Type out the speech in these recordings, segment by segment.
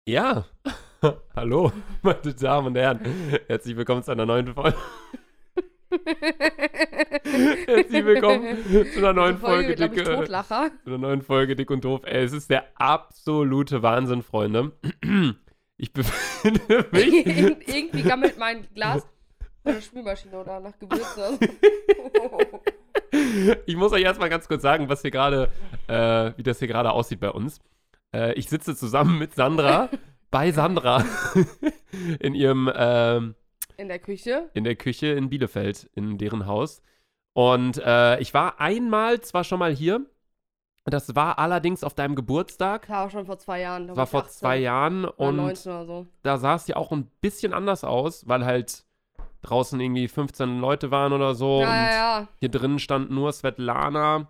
Ja, hallo, meine Damen und Herren. Herzlich willkommen zu einer neuen Folge. Herzlich willkommen zu einer neuen Folge Dick, Totlacher. zu einer neuen Folge Dick und Doof. Ey, es ist der absolute Wahnsinn, Freunde. Ich befinde mich. Irgendwie gammelt mein Glas von der Spülmaschine oder nach Gewürzen. Ich muss euch erstmal ganz kurz sagen, was hier gerade, wie das hier gerade aussieht bei uns. Ich sitze zusammen mit Sandra, bei Sandra, in ihrem, In der Küche. in der Küche in Bielefeld, in deren Haus. Und ich war einmal zwar schon mal hier, das war allerdings auf deinem Geburtstag. Das war auch schon vor 2 Jahren. Das war vor 2 Jahren oder und 19 oder so. da sah es ja auch ein bisschen anders aus, weil halt draußen irgendwie 15 Leute waren oder so. Und Ja. hier drinnen stand nur Svetlana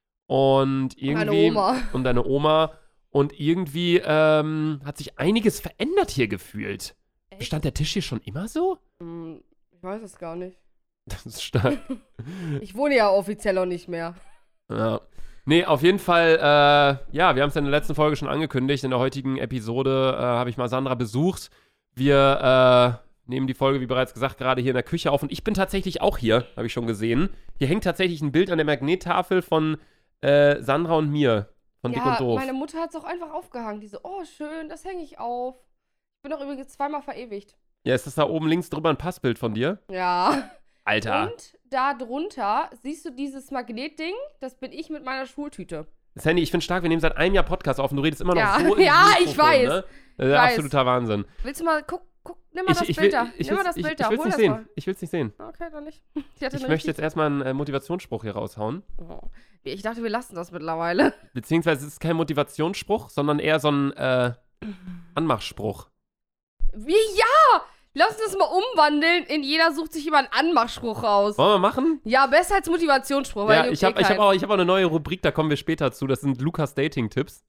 und irgendwie. Meine Oma. Und deine Oma. Und irgendwie hat sich einiges verändert hier gefühlt. Echt? Stand der Tisch hier schon immer so? Ich weiß es gar nicht. Das ist stark. Ich wohne ja offiziell auch nicht mehr. Ja. Nee, auf jeden Fall, ja, wir haben es in der letzten Folge schon angekündigt. In der heutigen Episode habe ich mal Sandra besucht. Wir nehmen die Folge, wie bereits gesagt, gerade hier in der Küche auf. Und ich bin tatsächlich auch hier, habe ich schon gesehen. Hier hängt tatsächlich ein Bild an der Magnettafel von Sandra und mir. Von Dick und Doof. Meine Mutter hat es auch einfach aufgehangen. Die so, oh, schön, das hänge ich auf. Ich bin auch übrigens 2-mal verewigt. Ja, ist das da oben links drüber ein Passbild von dir? Ja. Alter. Und da drunter siehst du dieses Magnetding, das bin ich mit meiner Schultüte. Sandy, ich finde stark, wir nehmen seit einem Jahr Podcast auf und du redest immer noch Ja. so in Ja, dieses ich Mikrofon, weiß. Ne? Ich weiß. Absoluter Wahnsinn. Willst du mal, guck, nimm mal das Bild da. Ich Nimm mal will's das Bild da. nicht Hol das sehen. mal. Ich will es nicht sehen. Okay, dann nicht. Ich möchte jetzt erstmal einen Motivationsspruch hier raushauen. Oh. Ich dachte, wir lassen das mittlerweile. Beziehungsweise es ist kein Motivationsspruch, sondern eher so ein Anmachspruch. Wie? Ja! Lass uns das mal umwandeln in jeder sucht sich immer einen Anmachspruch raus. Wollen wir machen? Ja, besser als Motivationsspruch. Ja, weil ich hab auch eine neue Rubrik, da kommen wir später zu. Das sind Lukas Dating-Tipps.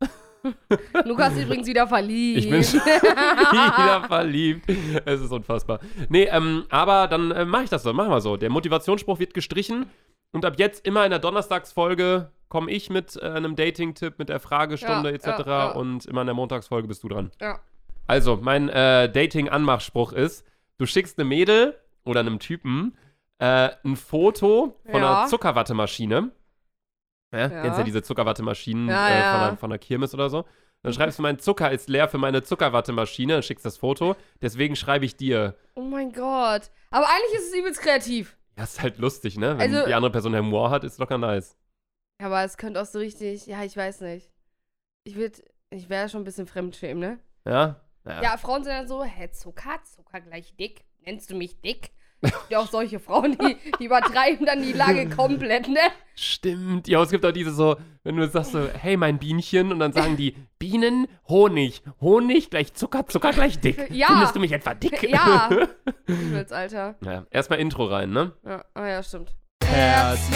Lukas ist übrigens wieder verliebt. Ich bin schon wieder verliebt. Es ist unfassbar. Nee, aber dann mache ich das so. Machen wir so. Der Motivationsspruch wird gestrichen. Und ab jetzt immer in der Donnerstagsfolge komme ich mit einem Dating-Tipp, mit der Fragestunde etc. Ja. Und immer in der Montagsfolge bist du dran. Ja. Also, mein Dating-Anmachspruch ist, du schickst einem Mädel oder einem Typen ein Foto von einer Zuckerwattemaschine. Ja. Kennst ja diese Zuckerwattemaschinen von der Kirmes oder so. Dann schreibst du, mein Zucker ist leer für meine Zuckerwattemaschine, dann schickst das Foto. Deswegen schreibe ich dir. Oh mein Gott. Aber eigentlich ist es übelst kreativ. Ja, ist halt lustig, ne? Wenn Also, die andere Person Humor hat, ist locker nice. aber es könnte auch so richtig, ja, ich weiß nicht. Ich wäre schon ein bisschen fremdschämen, ne? Ja? Ja, Frauen sind dann so, hä, Zucker gleich dick? Nennst du mich dick? Ja, auch solche Frauen, die übertreiben dann die Lage komplett, ne? Stimmt. Ja, es gibt auch diese so, wenn du sagst so, hey, mein Bienchen, und dann sagen die, Bienen, Honig. Honig gleich Zucker gleich dick. Ja. Findest du mich etwa dick? Ja. Übelst, Alter. Ja, erstmal Intro rein, ne? Ja, ja, stimmt. Herzlich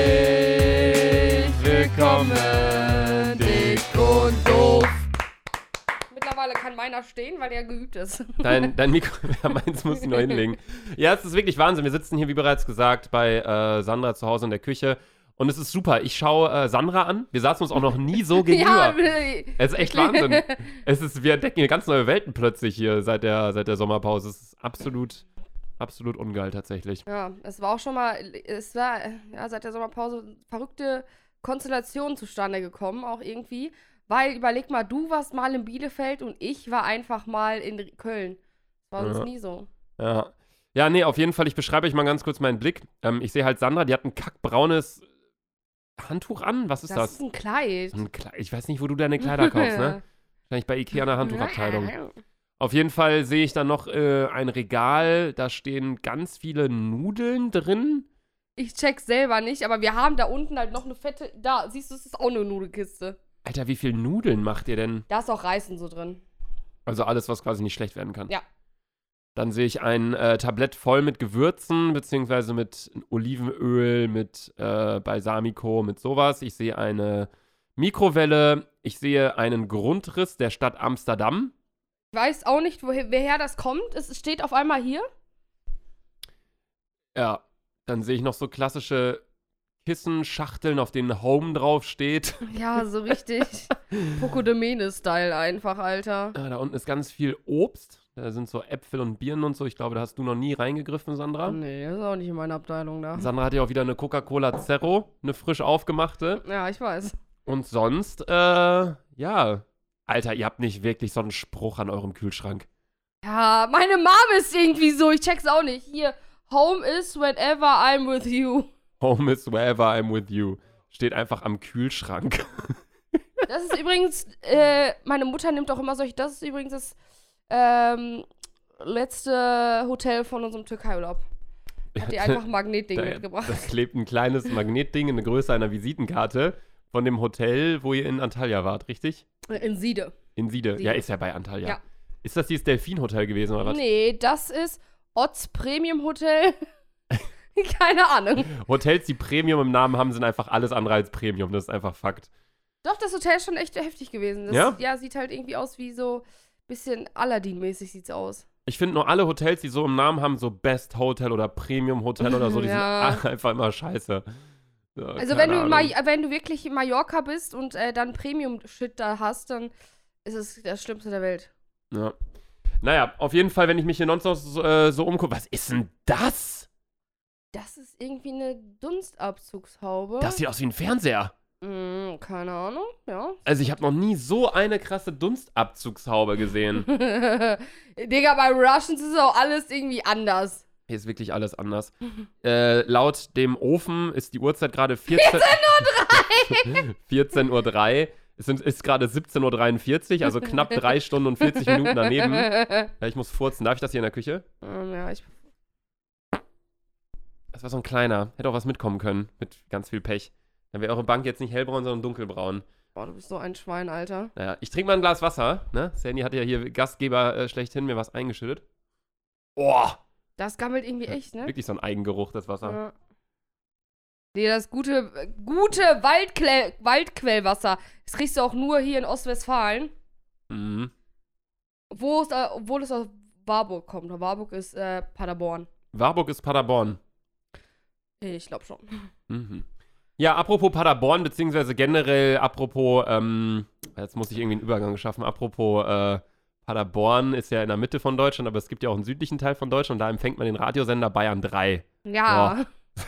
willkommen, dick und doof. Mittlerweile kann meiner stehen, weil er geübt ist. Dein Mikro, ja, meins muss ich noch hinlegen. Ja, es ist wirklich Wahnsinn. Wir sitzen hier, wie bereits gesagt, bei Sandra zu Hause in der Küche. Und es ist super. Ich schaue Sandra an. Wir saßen uns auch noch nie so gegenüber. Es ist echt Wahnsinn. Wir entdecken hier ganz neue Welten plötzlich hier seit der Sommerpause. Es ist absolut ungeil tatsächlich. Ja, es war auch schon mal, seit der Sommerpause verrückte Konstellationen zustande gekommen, auch irgendwie. Weil, überleg mal, du warst mal in Bielefeld und ich war einfach mal in Köln. Das war uns nie so. Ja. Ja, nee, auf jeden Fall, ich beschreibe euch mal ganz kurz meinen Blick. Ich sehe halt Sandra, die hat ein kackbraunes Handtuch an. Was ist das? Das ist ein Kleid. Ich weiß nicht, wo du deine Kleider kaufst, ne? Wahrscheinlich bei Ikea in der Handtuchabteilung. Auf jeden Fall sehe ich dann noch ein Regal, da stehen ganz viele Nudeln drin. Ich check's selber nicht, aber wir haben da unten halt noch eine fette, da, siehst du, es ist auch eine Nudelkiste. Alter, wie viel Nudeln macht ihr denn? Da ist auch Reis und so drin. Also alles, was quasi nicht schlecht werden kann. Ja. Dann sehe ich ein Tablett voll mit Gewürzen, beziehungsweise mit Olivenöl, mit Balsamico, mit sowas. Ich sehe eine Mikrowelle. Ich sehe einen Grundriss der Stadt Amsterdam. Ich weiß auch nicht, woher das kommt. Es steht auf einmal hier. Ja, dann sehe ich noch so klassische Kissenschachteln, auf denen Home draufsteht. Ja, so richtig Poco de Mene-Style einfach, Alter. Da unten ist ganz viel Obst. Da sind so Äpfel und Birnen und so. Ich glaube, da hast du noch nie reingegriffen, Sandra. Nee, das ist auch nicht in meiner Abteilung da. Sandra hat ja auch wieder eine Coca-Cola Zero, eine frisch aufgemachte. Ja, ich weiß. Und sonst, ja. Alter, ihr habt nicht wirklich so einen Spruch an eurem Kühlschrank. Ja, meine Mom ist irgendwie so, ich check's auch nicht. Hier, home is whenever I'm with you. Home is wherever I'm with you. Steht einfach am Kühlschrank. Das ist übrigens, meine Mutter nimmt auch immer solche, das ist übrigens das letzte Hotel von unserem Türkei-Urlaub. Hat die einfach ein Magnetding mitgebracht. Da klebt ein kleines Magnetding in der Größe einer Visitenkarte von dem Hotel, wo ihr in Antalya wart, richtig? In Siede. In Siede. Ja, ist ja bei Antalya. Ja. Ist das dieses Delfin-Hotel gewesen, oder was? Nee, das ist Otz Premium Hotel. Keine Ahnung. Hotels, die Premium im Namen haben, sind einfach alles andere als Premium. Das ist einfach Fakt. Doch, das Hotel ist schon echt heftig gewesen. Das, ja? Ja, sieht halt irgendwie aus wie so ein bisschen Aladdin-mäßig sieht's aus. Ich finde nur alle Hotels, die so im Namen haben, so Best Hotel oder Premium Hotel oder so, die sind einfach immer scheiße. So, also wenn du wirklich in Mallorca bist und dann Premium-Shit da hast, dann ist es das Schlimmste der Welt. Ja. Naja, auf jeden Fall, wenn ich mich hier sonst noch so umgucke, was ist denn das? Das ist irgendwie eine Dunstabzugshaube. Das sieht aus wie ein Fernseher. Keine Ahnung, ja. Also ich habe noch nie so eine krasse Dunstabzugshaube gesehen. Digga, bei Russians ist auch alles irgendwie anders. Hier ist wirklich alles anders. Laut dem Ofen ist die Uhrzeit gerade 14:03. 14:03. Es ist gerade 17:43 Uhr, also knapp 3 Stunden und 40 Minuten daneben. Ja, ich muss furzen. Darf ich das hier in der Küche? Ja, Das war so ein kleiner. Hätte auch was mitkommen können. Mit ganz viel Pech. Dann wäre eure Bank jetzt nicht hellbraun, sondern dunkelbraun. Boah, du bist so ein Schwein, Alter. Naja, ich trinke mal ein Glas Wasser. Ne? Sandy hat ja hier Gastgeber schlechthin mir was eingeschüttet. Boah! Das gammelt irgendwie echt, ne? Wirklich so ein Eigengeruch, das Wasser. Ja. Nee, das gute Waldquellwasser. Das kriegst du auch nur hier in Ostwestfalen. Mhm. Obwohl es aus Warburg kommt. Warburg ist Paderborn. Warburg ist Paderborn. Ich glaube schon. Mhm. Ja, apropos Paderborn, beziehungsweise generell apropos, jetzt muss ich irgendwie einen Übergang schaffen, apropos Paderborn ist ja in der Mitte von Deutschland, aber es gibt ja auch einen südlichen Teil von Deutschland, da empfängt man den Radiosender Bayern 3. Ja.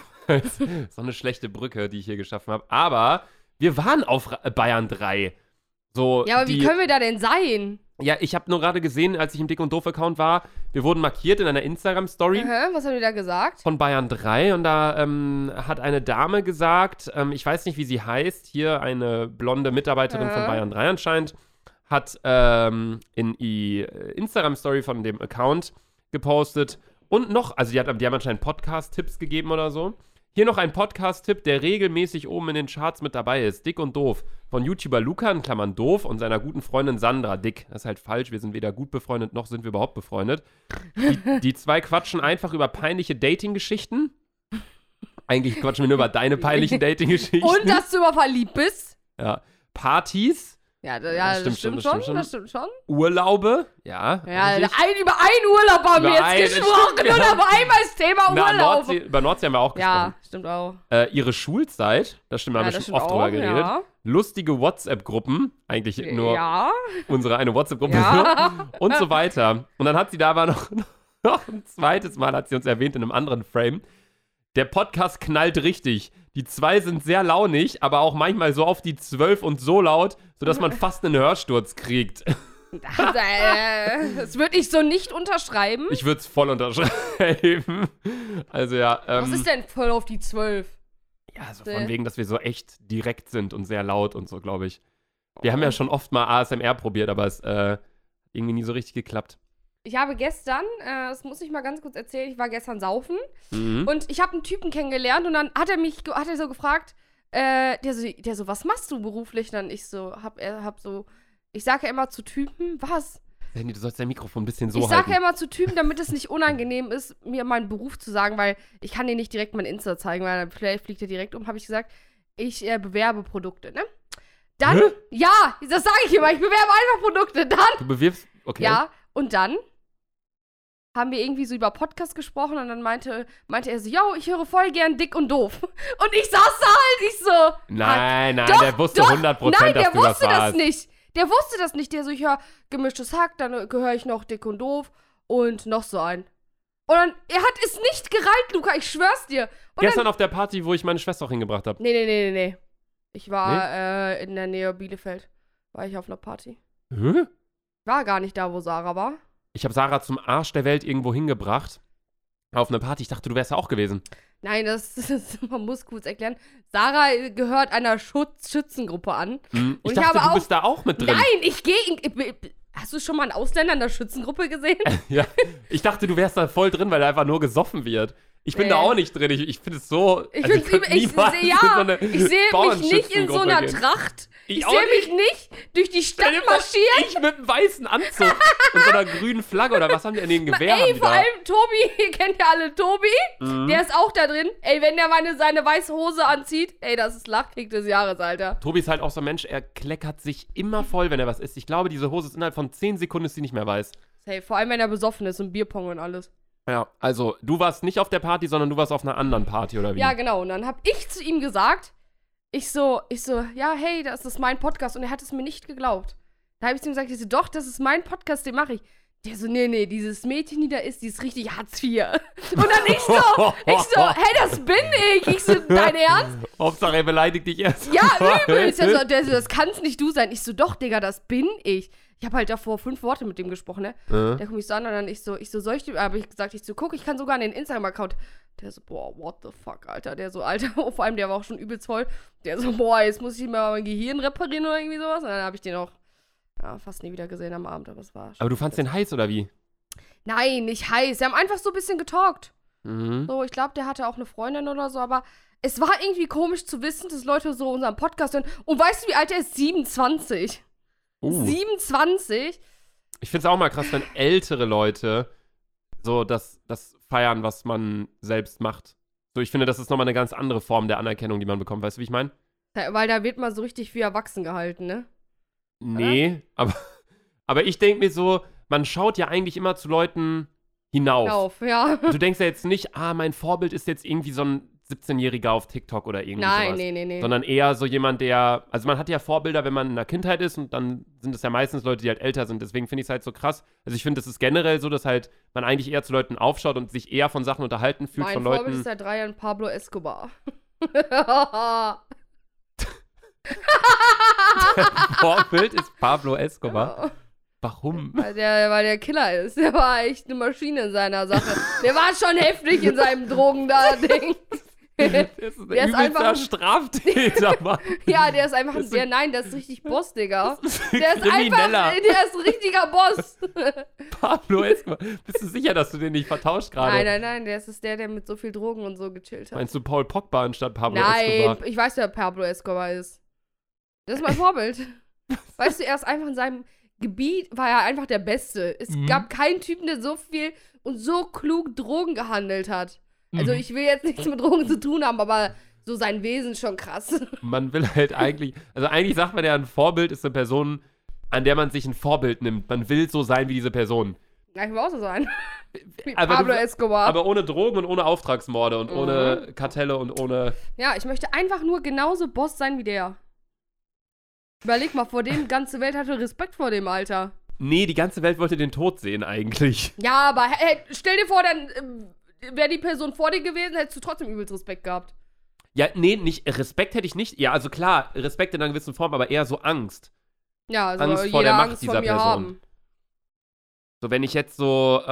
So eine schlechte Brücke, die ich hier geschaffen habe. Aber wir waren auf Bayern 3. So, ja, aber wie können wir da denn sein? Ja, ich habe nur gerade gesehen, als ich im Dick und Doof-Account war, wir wurden markiert in einer Instagram-Story. Was haben die da gesagt? Von Bayern 3. Und da hat eine Dame gesagt, ich weiß nicht, wie sie heißt, hier eine blonde Mitarbeiterin von Bayern 3 anscheinend, hat in die Instagram-Story von dem Account gepostet und noch, also die haben anscheinend Podcast-Tipps gegeben oder so. Hier noch ein Podcast-Tipp, der regelmäßig oben in den Charts mit dabei ist. Dick und Doof. Von YouTuber Luca, in Klammern doof, und seiner guten Freundin Sandra. Dick, das ist halt falsch. Wir sind weder gut befreundet, noch sind wir überhaupt befreundet. Die zwei quatschen einfach über peinliche Dating-Geschichten. Eigentlich quatschen wir nur über deine peinlichen Dating-Geschichten. Und dass du immer verliebt bist. Ja. Partys. Ja, das stimmt schon. Urlaube. Ja. Ja, über einen Urlaub haben wir jetzt gesprochen. Und aber einmal das Thema Urlaub. Über Nordsee haben wir auch gesprochen. Ja, stimmt auch. Ihre Schulzeit, das stimmt, da haben wir schon oft drüber geredet. Ja. Lustige WhatsApp-Gruppen, eigentlich nur unsere eine WhatsApp-Gruppe und so weiter. Und dann hat sie da aber noch ein zweites Mal, hat sie uns erwähnt in einem anderen Frame, der Podcast knallt richtig. Die zwei sind sehr launig, aber auch manchmal so auf die 12 und so laut, sodass man fast einen Hörsturz kriegt. Das würde ich so nicht unterschreiben. Ich würde es voll unterschreiben. Also ja. Was ist denn voll auf die 12? Ja, so von wegen, dass wir so echt direkt sind und sehr laut und so, glaube ich. Wir haben ja schon oft mal ASMR probiert, aber es irgendwie nie so richtig geklappt. Ich habe gestern, das muss ich mal ganz kurz erzählen, ich war gestern saufen und ich habe einen Typen kennengelernt und dann hat er so gefragt, der so, was machst du beruflich? Und dann ich sage ja immer zu Typen, was? Sandy, du sollst dein Mikrofon ein bisschen so halten. Ich sage ja halten. immer zu Typen, damit es nicht unangenehm ist, mir meinen Beruf zu sagen, weil ich kann dir nicht direkt mein Insta zeigen, weil dann vielleicht fliegt er direkt um, habe ich gesagt, ich bewerbe Produkte, ne? Dann, ja, das sage ich immer, ich bewerbe einfach Produkte, dann. Du bewirbst, okay. Ja, und dann haben wir irgendwie so über Podcast gesprochen und dann meinte er so, yo, ich höre voll gern Dick und Doof. Und ich saß da halt, ich so. Nein, doch, der wusste 100%, dass du das warst. Nein, der wusste das nicht. Der wusste das nicht. Der so, ich höre Gemischtes Hack, dann höre ich noch Dick und Doof und noch so einen. Und dann, er hat es nicht gereilt, Luca, ich schwör's dir. Und gestern auf der Party, wo ich meine Schwester auch hingebracht habe. Nee. Ich war in der Nähe Bielefeld. War ich auf einer Party. Hä? War gar nicht da, wo Sarah war. Ich habe Sarah zum Arsch der Welt irgendwo hingebracht. Auf eine Party. Ich dachte, du wärst ja auch gewesen. Nein, man muss kurz erklären. Sarah gehört einer Schützengruppe an. Ich dachte, du bist da auch mit drin. Nein, hast du schon mal einen Ausländer in der Schützengruppe gesehen? Ja, ich dachte, du wärst da voll drin, weil da einfach nur gesoffen wird. Ich bin da auch nicht drin. Ich finde es so. Ich sehe mich nicht in so einer Tracht. Ich sehe mich nicht durch die Stadt marschieren. Ich mit einem weißen Anzug und so einer grünen Flagge oder was haben die an den Gewehren? Ey, vor allem Tobi, ihr kennt ja alle Tobi, der ist auch da drin. Ey, wenn der seine weiße Hose anzieht, ey, das ist Lachkick des Jahres, Alter. Tobi ist halt auch so ein Mensch, er kleckert sich immer voll, wenn er was isst. Ich glaube, diese Hose ist innerhalb von 10 Sekunden ist sie nicht mehr weiß. Hey, vor allem, wenn er besoffen ist und Bierpong und alles. Ja, also, du warst nicht auf der Party, sondern du warst auf einer anderen Party, oder wie? Ja, genau. Und dann hab ich zu ihm gesagt, ich so, ja, hey, das ist mein Podcast. Und er hat es mir nicht geglaubt. Da habe ich zu ihm gesagt, doch, das ist mein Podcast, den mache ich. Der so, nee, dieses Mädchen, die da ist, die ist richtig Hartz IV. Und dann ich so, hey, das bin ich. Ich so, dein Ernst? Hauptsache, er beleidigt dich erst. Ja, übelst. Der so, das kannst nicht du sein. Ich so, doch, Digga, das bin ich. Ich habe halt davor 5 Worte mit dem gesprochen, ne? Der guckt mich so an und dann ich so, soll ich dir, habe ich gesagt, guck, ich kann sogar an den Instagram-Account. Der so, boah, what the fuck, Alter. Der so, Alter, vor allem, der war auch schon übelst voll. Der so, boah, jetzt muss ich mal mein Gehirn reparieren oder irgendwie sowas. Und dann habe ich den auch fast nie wieder gesehen am Abend, aber es war schon. Aber du fandst den heiß, oder wie? Nein, nicht heiß. Wir haben einfach so ein bisschen getalkt. Mhm. So, ich glaube, der hatte auch eine Freundin oder so, aber es war irgendwie komisch zu wissen, dass Leute so unseren Podcast hören. Und weißt du, wie alt er ist? 27. 27? Ich finde es auch mal krass, wenn ältere Leute so das feiern, was man selbst macht. So, ich finde, das ist nochmal eine ganz andere Form der Anerkennung, die man bekommt. Weißt du, wie ich meine? Ja, weil da wird man so richtig wie erwachsen gehalten, ne? Nee, aber ich denke mir so, man schaut ja eigentlich immer zu Leuten hinauf. Ja. Du denkst ja jetzt nicht, mein Vorbild ist jetzt irgendwie so ein 17-Jähriger auf TikTok oder irgendwie sowas. Nein, nee. Sondern eher so jemand, also man hat ja Vorbilder, wenn man in der Kindheit ist und dann sind es ja meistens Leute, die halt älter sind. Deswegen finde ich es halt so krass. Also ich finde, es ist generell so, dass halt man eigentlich eher zu Leuten aufschaut und sich eher von Sachen unterhalten fühlt von Leuten. Mein Vorbild ist seit 3 Jahren Pablo Escobar. Vorbild ist Pablo Escobar. Ja. Warum? Weil der Killer ist. Der war echt eine Maschine in seiner Sache. Der war schon heftig in seinem Drogen-Ding. Der ist einfach ein Straftäter, Mann. Ja, der ist einfach der ist richtig Boss, Digga. Der ist Krimineller. Der ist ein richtiger Boss. Pablo Escobar. Bist du sicher, dass du den nicht vertauscht gerade? Nein, der ist der mit so viel Drogen und so gechillt hat. Meinst du Paul Pogba anstatt Pablo Escobar? Nein, ich weiß, wer Pablo Escobar ist. Das ist mein Vorbild. Weißt du, er ist einfach in seinem Gebiet, war er einfach der Beste. Es gab keinen Typen, der so viel und so klug Drogen gehandelt hat. Also ich will jetzt nichts mit Drogen zu tun haben, aber so sein Wesen schon krass. Man will halt eigentlich sagt man ja, ein Vorbild ist eine Person, an der man sich ein Vorbild nimmt. Man will so sein wie diese Person. Ja, ich will auch so sein. Wie Pablo Escobar. Aber ohne Drogen und ohne Auftragsmorde und ohne Kartelle und ohne... Ja, ich möchte einfach nur genauso Boss sein wie der. Überleg mal, vor dem ganze Welt hatte Respekt vor dem, Alter. Nee, die ganze Welt wollte den Tod sehen eigentlich. Ja, aber stell dir vor, dann wäre die Person vor dir gewesen, hättest du trotzdem übelst Respekt gehabt. Ja, nee, Respekt hätte ich nicht. Ja, also klar, Respekt in einer gewissen Form, aber eher so Angst. Ja, also Angst vor der Macht dieser Person. Haben. So, wenn ich jetzt so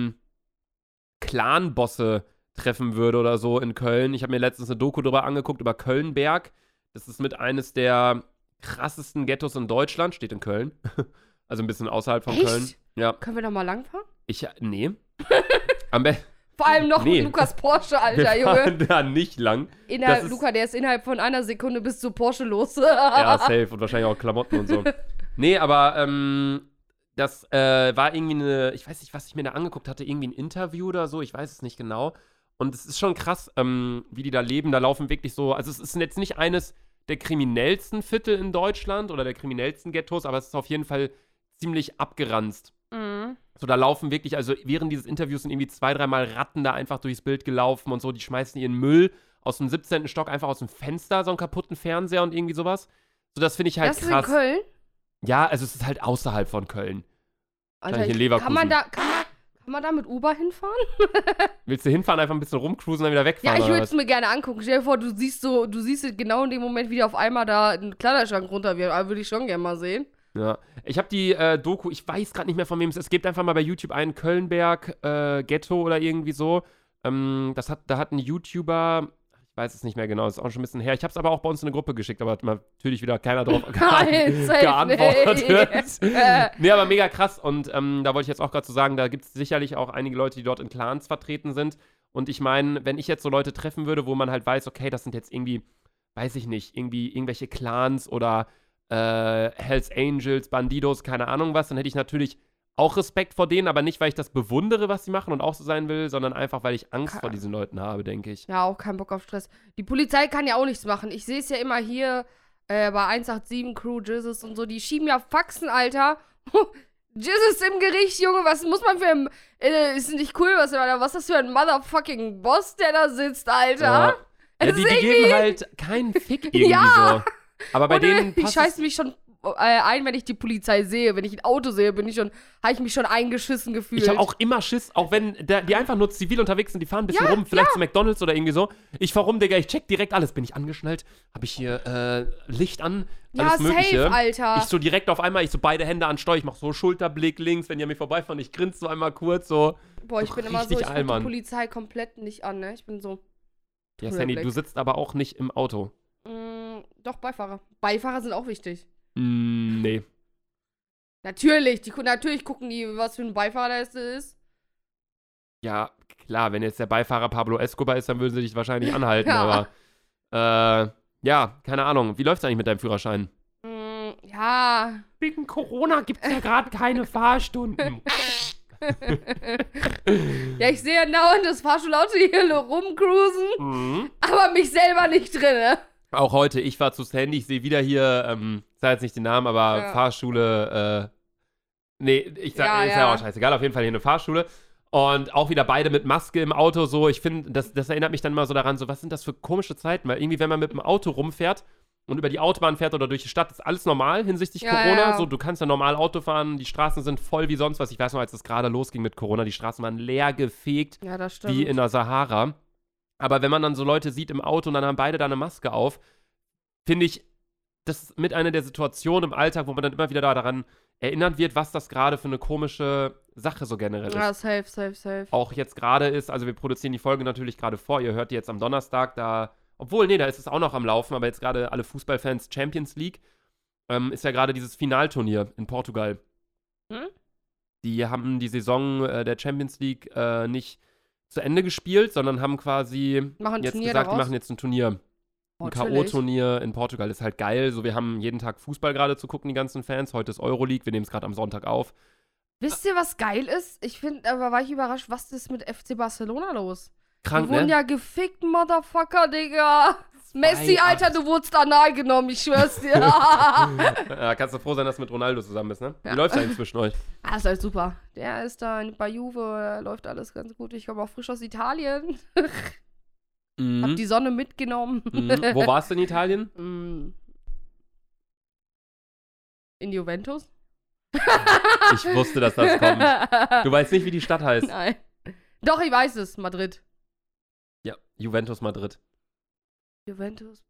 Clan-Bosse treffen würde oder so in Köln. Ich habe mir letztens eine Doku drüber angeguckt, über Kölnberg. Das ist mit eines der krassesten Ghettos in Deutschland, steht in Köln. Also ein bisschen außerhalb von Köln. Ja. Können wir da mal langfahren? Nee. Vor allem noch mit Lukas Porsche, Alter, Junge. Wir fahren da nicht lang. Luca, der ist innerhalb von einer Sekunde bis zu Porsche los. Ja, safe. Und wahrscheinlich auch Klamotten und so. Nee, aber das war irgendwie ich weiß nicht, was ich mir da angeguckt hatte, irgendwie ein Interview oder so, ich weiß es nicht genau. Und es ist schon krass, wie die da leben. Da laufen wirklich so, also es ist jetzt nicht eines der kriminellsten Viertel in Deutschland oder der kriminellsten Ghettos, aber es ist auf jeden Fall ziemlich abgeranzt. So, da laufen wirklich, also während dieses Interviews sind irgendwie 2-3 Mal Ratten da einfach durchs Bild gelaufen und so. Die schmeißen ihren Müll aus dem 17. Stock einfach aus dem Fenster, so einen kaputten Fernseher und irgendwie sowas. So, das finde ich halt das krass. Das ist in Köln? Ja, also es ist halt außerhalb von Köln. Alter, in Leverkusen. Kann man da mit Uber hinfahren? Willst du hinfahren, einfach ein bisschen rumcruisen, dann wieder wegfahren? Ja, ich würde es mir gerne angucken. Stell dir vor, du siehst genau in dem Moment, wie der auf einmal da ein Kleiderschrank runter wird. Aber würde ich schon gerne mal sehen. Ja, ich habe die Doku, ich weiß gerade nicht mehr von wem es ist. Es gibt einfach mal bei YouTube einen Kölnberg Ghetto oder irgendwie so. Da hat ein YouTuber, ich weiß es nicht mehr genau, ist auch schon ein bisschen her. Ich habe es aber auch bei uns in eine Gruppe geschickt, aber hat natürlich wieder keiner drauf geantwortet. Nee, aber mega krass. Und da wollte ich jetzt auch gerade so sagen, da gibt es sicherlich auch einige Leute, die dort in Clans vertreten sind. Und ich meine, wenn ich jetzt so Leute treffen würde, wo man halt weiß, okay, das sind jetzt irgendwie, weiß ich nicht, irgendwie irgendwelche Clans oder Hells Angels, Bandidos, keine Ahnung was, dann hätte ich natürlich auch Respekt vor denen, aber nicht, weil ich das bewundere, was sie machen und auch so sein will, sondern einfach, weil ich Angst vor diesen Leuten habe, denke ich. Ja, auch keinen Bock auf Stress. Die Polizei kann ja auch nichts machen. Ich sehe es ja immer hier bei 187 Crew, Jesus und so, die schieben ja Faxen, Alter. Jesus im Gericht, Junge, was muss man für ein, ist nicht cool, was ist das für ein motherfucking Boss, der da sitzt, Alter? Ja, die geben halt keinen Fick irgendwie so. Aber bei denen ich scheiße mich schon ein, wenn ich die Polizei sehe. Wenn ich ein Auto sehe, habe ich mich schon eingeschissen gefühlt. Ich habe auch immer Schiss, auch wenn die einfach nur zivil unterwegs sind, die fahren ein bisschen rum, vielleicht zu McDonald's oder irgendwie so. Ich fahr rum, Digga, ich check direkt alles. Bin ich angeschnallt? Habe ich hier Licht an? Alles Mögliche. Safe, Alter. Ich so direkt auf einmal, ich so beide Hände an Steuer, ich mach so Schulterblick links, wenn die an mir vorbeifahren, ich grinse so einmal kurz, so. Boah, ich bin immer so, ich guck die Polizei komplett nicht an, ne? Ich bin so. Ja, Sandy, du sitzt aber auch nicht im Auto. Doch, Beifahrer. Beifahrer sind auch wichtig. Nee. Natürlich, natürlich gucken die, was für ein Beifahrer das ist. Ja, klar, wenn jetzt der Beifahrer Pablo Escobar ist, dann würden sie dich wahrscheinlich anhalten, ja. Aber ja, keine Ahnung. Wie läuft's eigentlich mit deinem Führerschein? Ja. Wegen Corona gibt's ja gerade keine Fahrstunden. Ja, ich sehe ja dauernd das Fahrschulauto hier rumcruisen, aber mich selber nicht drin, ne? Auch heute, ich war zu Sandy, ich sehe wieder hier, ich sage jetzt nicht den Namen, aber Fahrschule, ist ja auch scheißegal, auf jeden Fall hier eine Fahrschule. Und auch wieder beide mit Maske im Auto, so, ich finde, das erinnert mich dann mal so daran, so, was sind das für komische Zeiten? Weil irgendwie, wenn man mit dem Auto rumfährt und über die Autobahn fährt oder durch die Stadt, ist alles normal hinsichtlich Corona. So, du kannst ja normal Auto fahren, die Straßen sind voll wie sonst was. Ich weiß noch, als es gerade losging mit Corona, die Straßen waren leer gefegt, das stimmt. wie in der Sahara. Aber wenn man dann so Leute sieht im Auto und dann haben beide da eine Maske auf, finde ich, das ist mit einer der Situationen im Alltag, wo man dann immer wieder daran erinnert wird, was das gerade für eine komische Sache so generell ist. Ja, safe. Auch jetzt gerade ist, also wir produzieren die Folge natürlich gerade vor, ihr hört die jetzt am Donnerstag, da ist es auch noch am Laufen, aber jetzt gerade alle Fußballfans Champions League, ist ja gerade dieses Finalturnier in Portugal. Die haben die Saison der Champions League nicht zu Ende gespielt, sondern haben quasi jetzt gesagt, die machen jetzt ein Turnier. Ein K.O.-Turnier in Portugal ist halt geil. So, wir haben jeden Tag Fußball gerade zu gucken, die ganzen Fans. Heute ist Euroleague, wir nehmen es gerade am Sonntag auf. Wisst ihr, was geil ist? Ich finde, aber war ich überrascht, was ist mit FC Barcelona los? Krank, die wurden ja gefickt, Motherfucker, Digga. Messi, Alter, du wurdest anal genommen, ich schwör's dir. Ja, kannst du froh sein, dass du mit Ronaldo zusammen bist, ne? Wie läuft's eigentlich zwischen euch? Ist halt super. Der ist da bei Juve, läuft alles ganz gut. Ich komme auch frisch aus Italien. Hab die Sonne mitgenommen. Wo warst du in Italien? In Juventus. Ich wusste, dass das kommt. Du weißt nicht, wie die Stadt heißt. Nein. Doch, ich weiß es. Madrid. Ja, Juventus Madrid. Juventus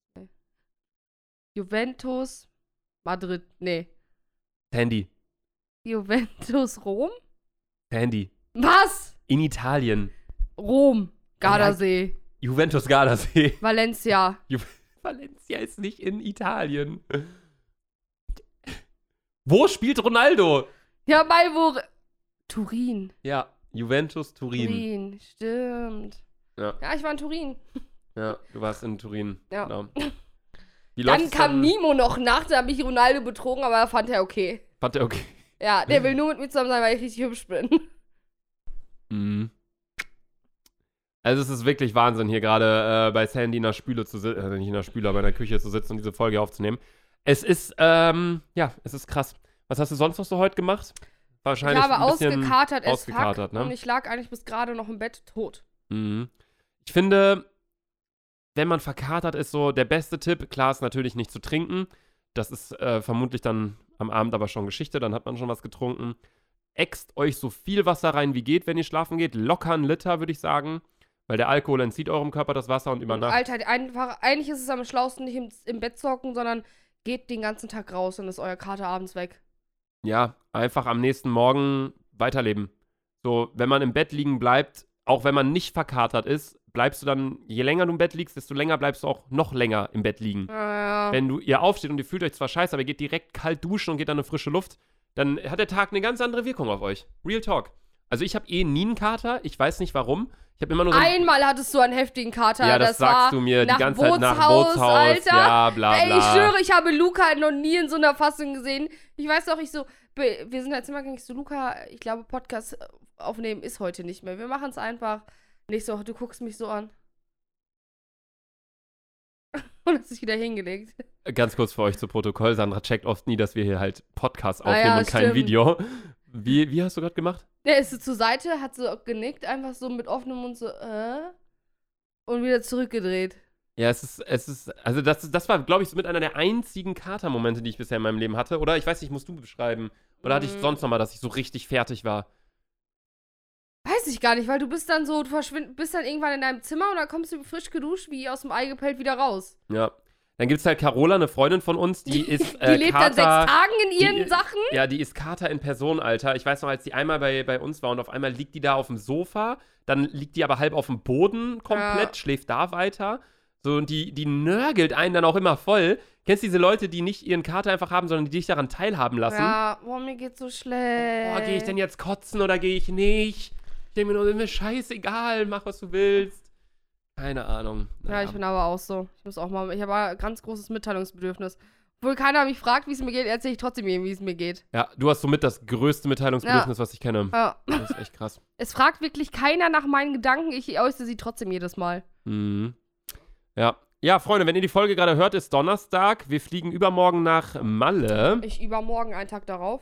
Madrid. Nee. Handy. Juventus Rom? Handy. Was? In Italien. Rom. Gardasee. Juventus Gardasee. Valencia. Valencia ist nicht in Italien. Wo spielt Ronaldo? Ja, Turin. Ja, Juventus Turin. Turin, stimmt. Ja, ich war in Turin. Ja, du warst in Turin. Ja. Genau. Dann kam Nimo noch nach, da hat mich Ronaldo betrogen, aber fand er okay. Fand er okay? Ja, der will nur mit mir zusammen sein, weil ich richtig hübsch bin. Also es ist wirklich Wahnsinn, hier gerade bei Sandy in der Spüle zu sitzen, nicht in der Spüle, aber in der Küche zu sitzen und diese Folge aufzunehmen. Es ist, es ist krass. Was hast du sonst noch so heute gemacht? wahrscheinlich ich habe ein bisschen ausgekatert ausgekatert, ne? Und ich lag eigentlich bis gerade noch im Bett tot. Mhm. Ich finde, wenn man verkatert ist, so der beste Tipp, klar ist natürlich nicht zu trinken. Das ist vermutlich dann am Abend aber schon Geschichte, dann hat man schon was getrunken. Äxt euch so viel Wasser rein, wie geht, wenn ihr schlafen geht. Locker 1 Liter, würde ich sagen. Weil der Alkohol entzieht eurem Körper das Wasser und über Nacht. Alter, eigentlich ist es am schlausten, nicht im Bett zu hocken, sondern geht den ganzen Tag raus, dann ist euer Kater abends weg. Ja, einfach am nächsten Morgen weiterleben. So, wenn man im Bett liegen bleibt, auch wenn man nicht verkatert ist, bleibst du dann, je länger du im Bett liegst, desto länger bleibst du auch noch länger im Bett liegen. Ja. Wenn ihr aufsteht und ihr fühlt euch zwar scheiße, aber ihr geht direkt kalt duschen und geht dann in frische Luft, dann hat der Tag eine ganz andere Wirkung auf euch. Real Talk. Also ich habe nie einen Kater, ich weiß nicht warum. Ich habe immer nur so Einmal hattest du einen heftigen Kater. Ja, das sagst du mir die ganze Zeit nach Bootshaus. Alter. Ja, bla bla. Ey, ich schwöre, ich habe Luca noch nie in so einer Fassung gesehen. Ich weiß noch, wir sind jetzt immer gegen so, Luca, ich glaube, Podcast aufnehmen ist heute nicht mehr. Wir machen es einfach nicht so, du guckst mich so an. Und hast dich wieder hingelegt. Ganz kurz für euch zu Protokoll, Sandra checkt oft nie, dass wir hier halt Podcasts aufnehmen ja, und kein stimmt. Video. Wie hast du gerade gemacht? Der ist so zur Seite, hat so genickt, einfach so mit offenem Mund so, und wieder zurückgedreht. Ja, also das war, glaube ich, so mit einer der einzigen Kater-Momente, die ich bisher in meinem Leben hatte. Oder ich weiß nicht, musst du beschreiben. Oder hatte ich sonst noch mal, dass ich so richtig fertig war? Weiß ich gar nicht, weil du bist dann so, bist dann irgendwann in deinem Zimmer und dann kommst du frisch geduscht, wie aus dem Ei gepellt, wieder raus. Ja. Dann gibt's halt Carola, eine Freundin von uns, die ist die lebt Kater, dann 6 Tagen in ihren Sachen. Ja, die ist Kater in Person, Alter. Ich weiß noch, als die einmal bei uns war und auf einmal liegt die da auf dem Sofa, dann liegt die aber halb auf dem Boden komplett, schläft da weiter. So, und die nörgelt einen dann auch immer voll. Kennst du diese Leute, die nicht ihren Kater einfach haben, sondern die dich daran teilhaben lassen? Ja, boah, mir geht's so schlecht. Boah, gehe ich denn jetzt kotzen oder gehe ich nicht? Ich denke mir nur, mir scheißegal, mach was du willst. Keine Ahnung. Naja. Ja, ich bin aber auch so. Ich habe ein ganz großes Mitteilungsbedürfnis. Obwohl keiner mich fragt, wie es mir geht, erzähle ich trotzdem jedem, wie es mir geht. Ja, du hast somit das größte Mitteilungsbedürfnis, was ich kenne. Ja. Das ist echt krass. Es fragt wirklich keiner nach meinen Gedanken, ich äußere sie trotzdem jedes Mal. Mhm. Ja, Freunde, wenn ihr die Folge gerade hört, ist Donnerstag. Wir fliegen übermorgen nach Malle. Ich übermorgen einen Tag darauf.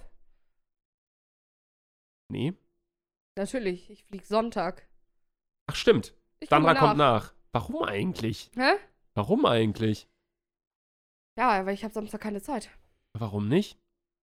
Nee. Natürlich, ich fliege Sonntag. Ach, stimmt. Ich Sandra kommt nach. Warum eigentlich? Hä? Warum eigentlich? Ja, weil ich habe Samstag keine Zeit. Warum nicht?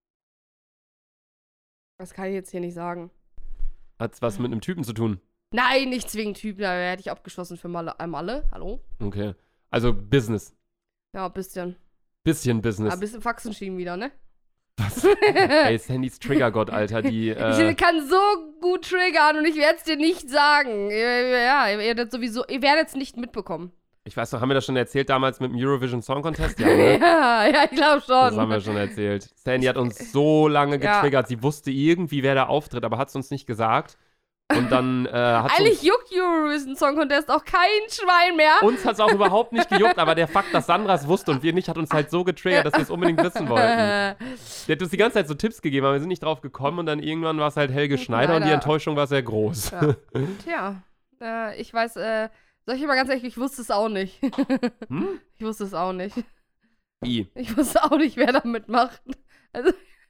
Das kann ich jetzt hier nicht sagen. Hat's was mit einem Typen zu tun? Nein, nicht zwingend Typ. Da hätte ich abgeschlossen für Malle. Hallo? Okay. Also Business. Ja, ein bisschen. Bisschen Business. Ja, ein bisschen Faxen schieben wieder, ne? Was? Ey, Sandys Triggergott, Alter, die, Ich kann so gut triggern und ich werde es dir nicht sagen. Ja, ihr werdet es nicht mitbekommen. Ich weiß noch, haben wir das schon erzählt damals mit dem Eurovision Song Contest? Ja, ne? ja, ich glaube schon. Das haben wir schon erzählt. Sandy hat uns so lange getriggert. Sie wusste irgendwie, wer da auftritt, aber hat es uns nicht gesagt. Und dann hat eigentlich juckt Eurovision Song Contest auch kein Schwein mehr. Uns hat es auch überhaupt nicht gejuckt, aber der Fakt, dass Sandra es wusste und wir nicht, hat uns halt so getriggert, dass wir es unbedingt wissen wollten. Die hat uns die ganze Zeit so Tipps gegeben, aber wir sind nicht drauf gekommen und dann irgendwann war es halt Helge Schneider und die Enttäuschung war sehr groß. Ja. Tja, ich weiß, sag ich mal ganz ehrlich, ich wusste es auch nicht. Ich wusste es auch nicht. Wie? Ich wusste auch nicht, wer da mitmacht. Also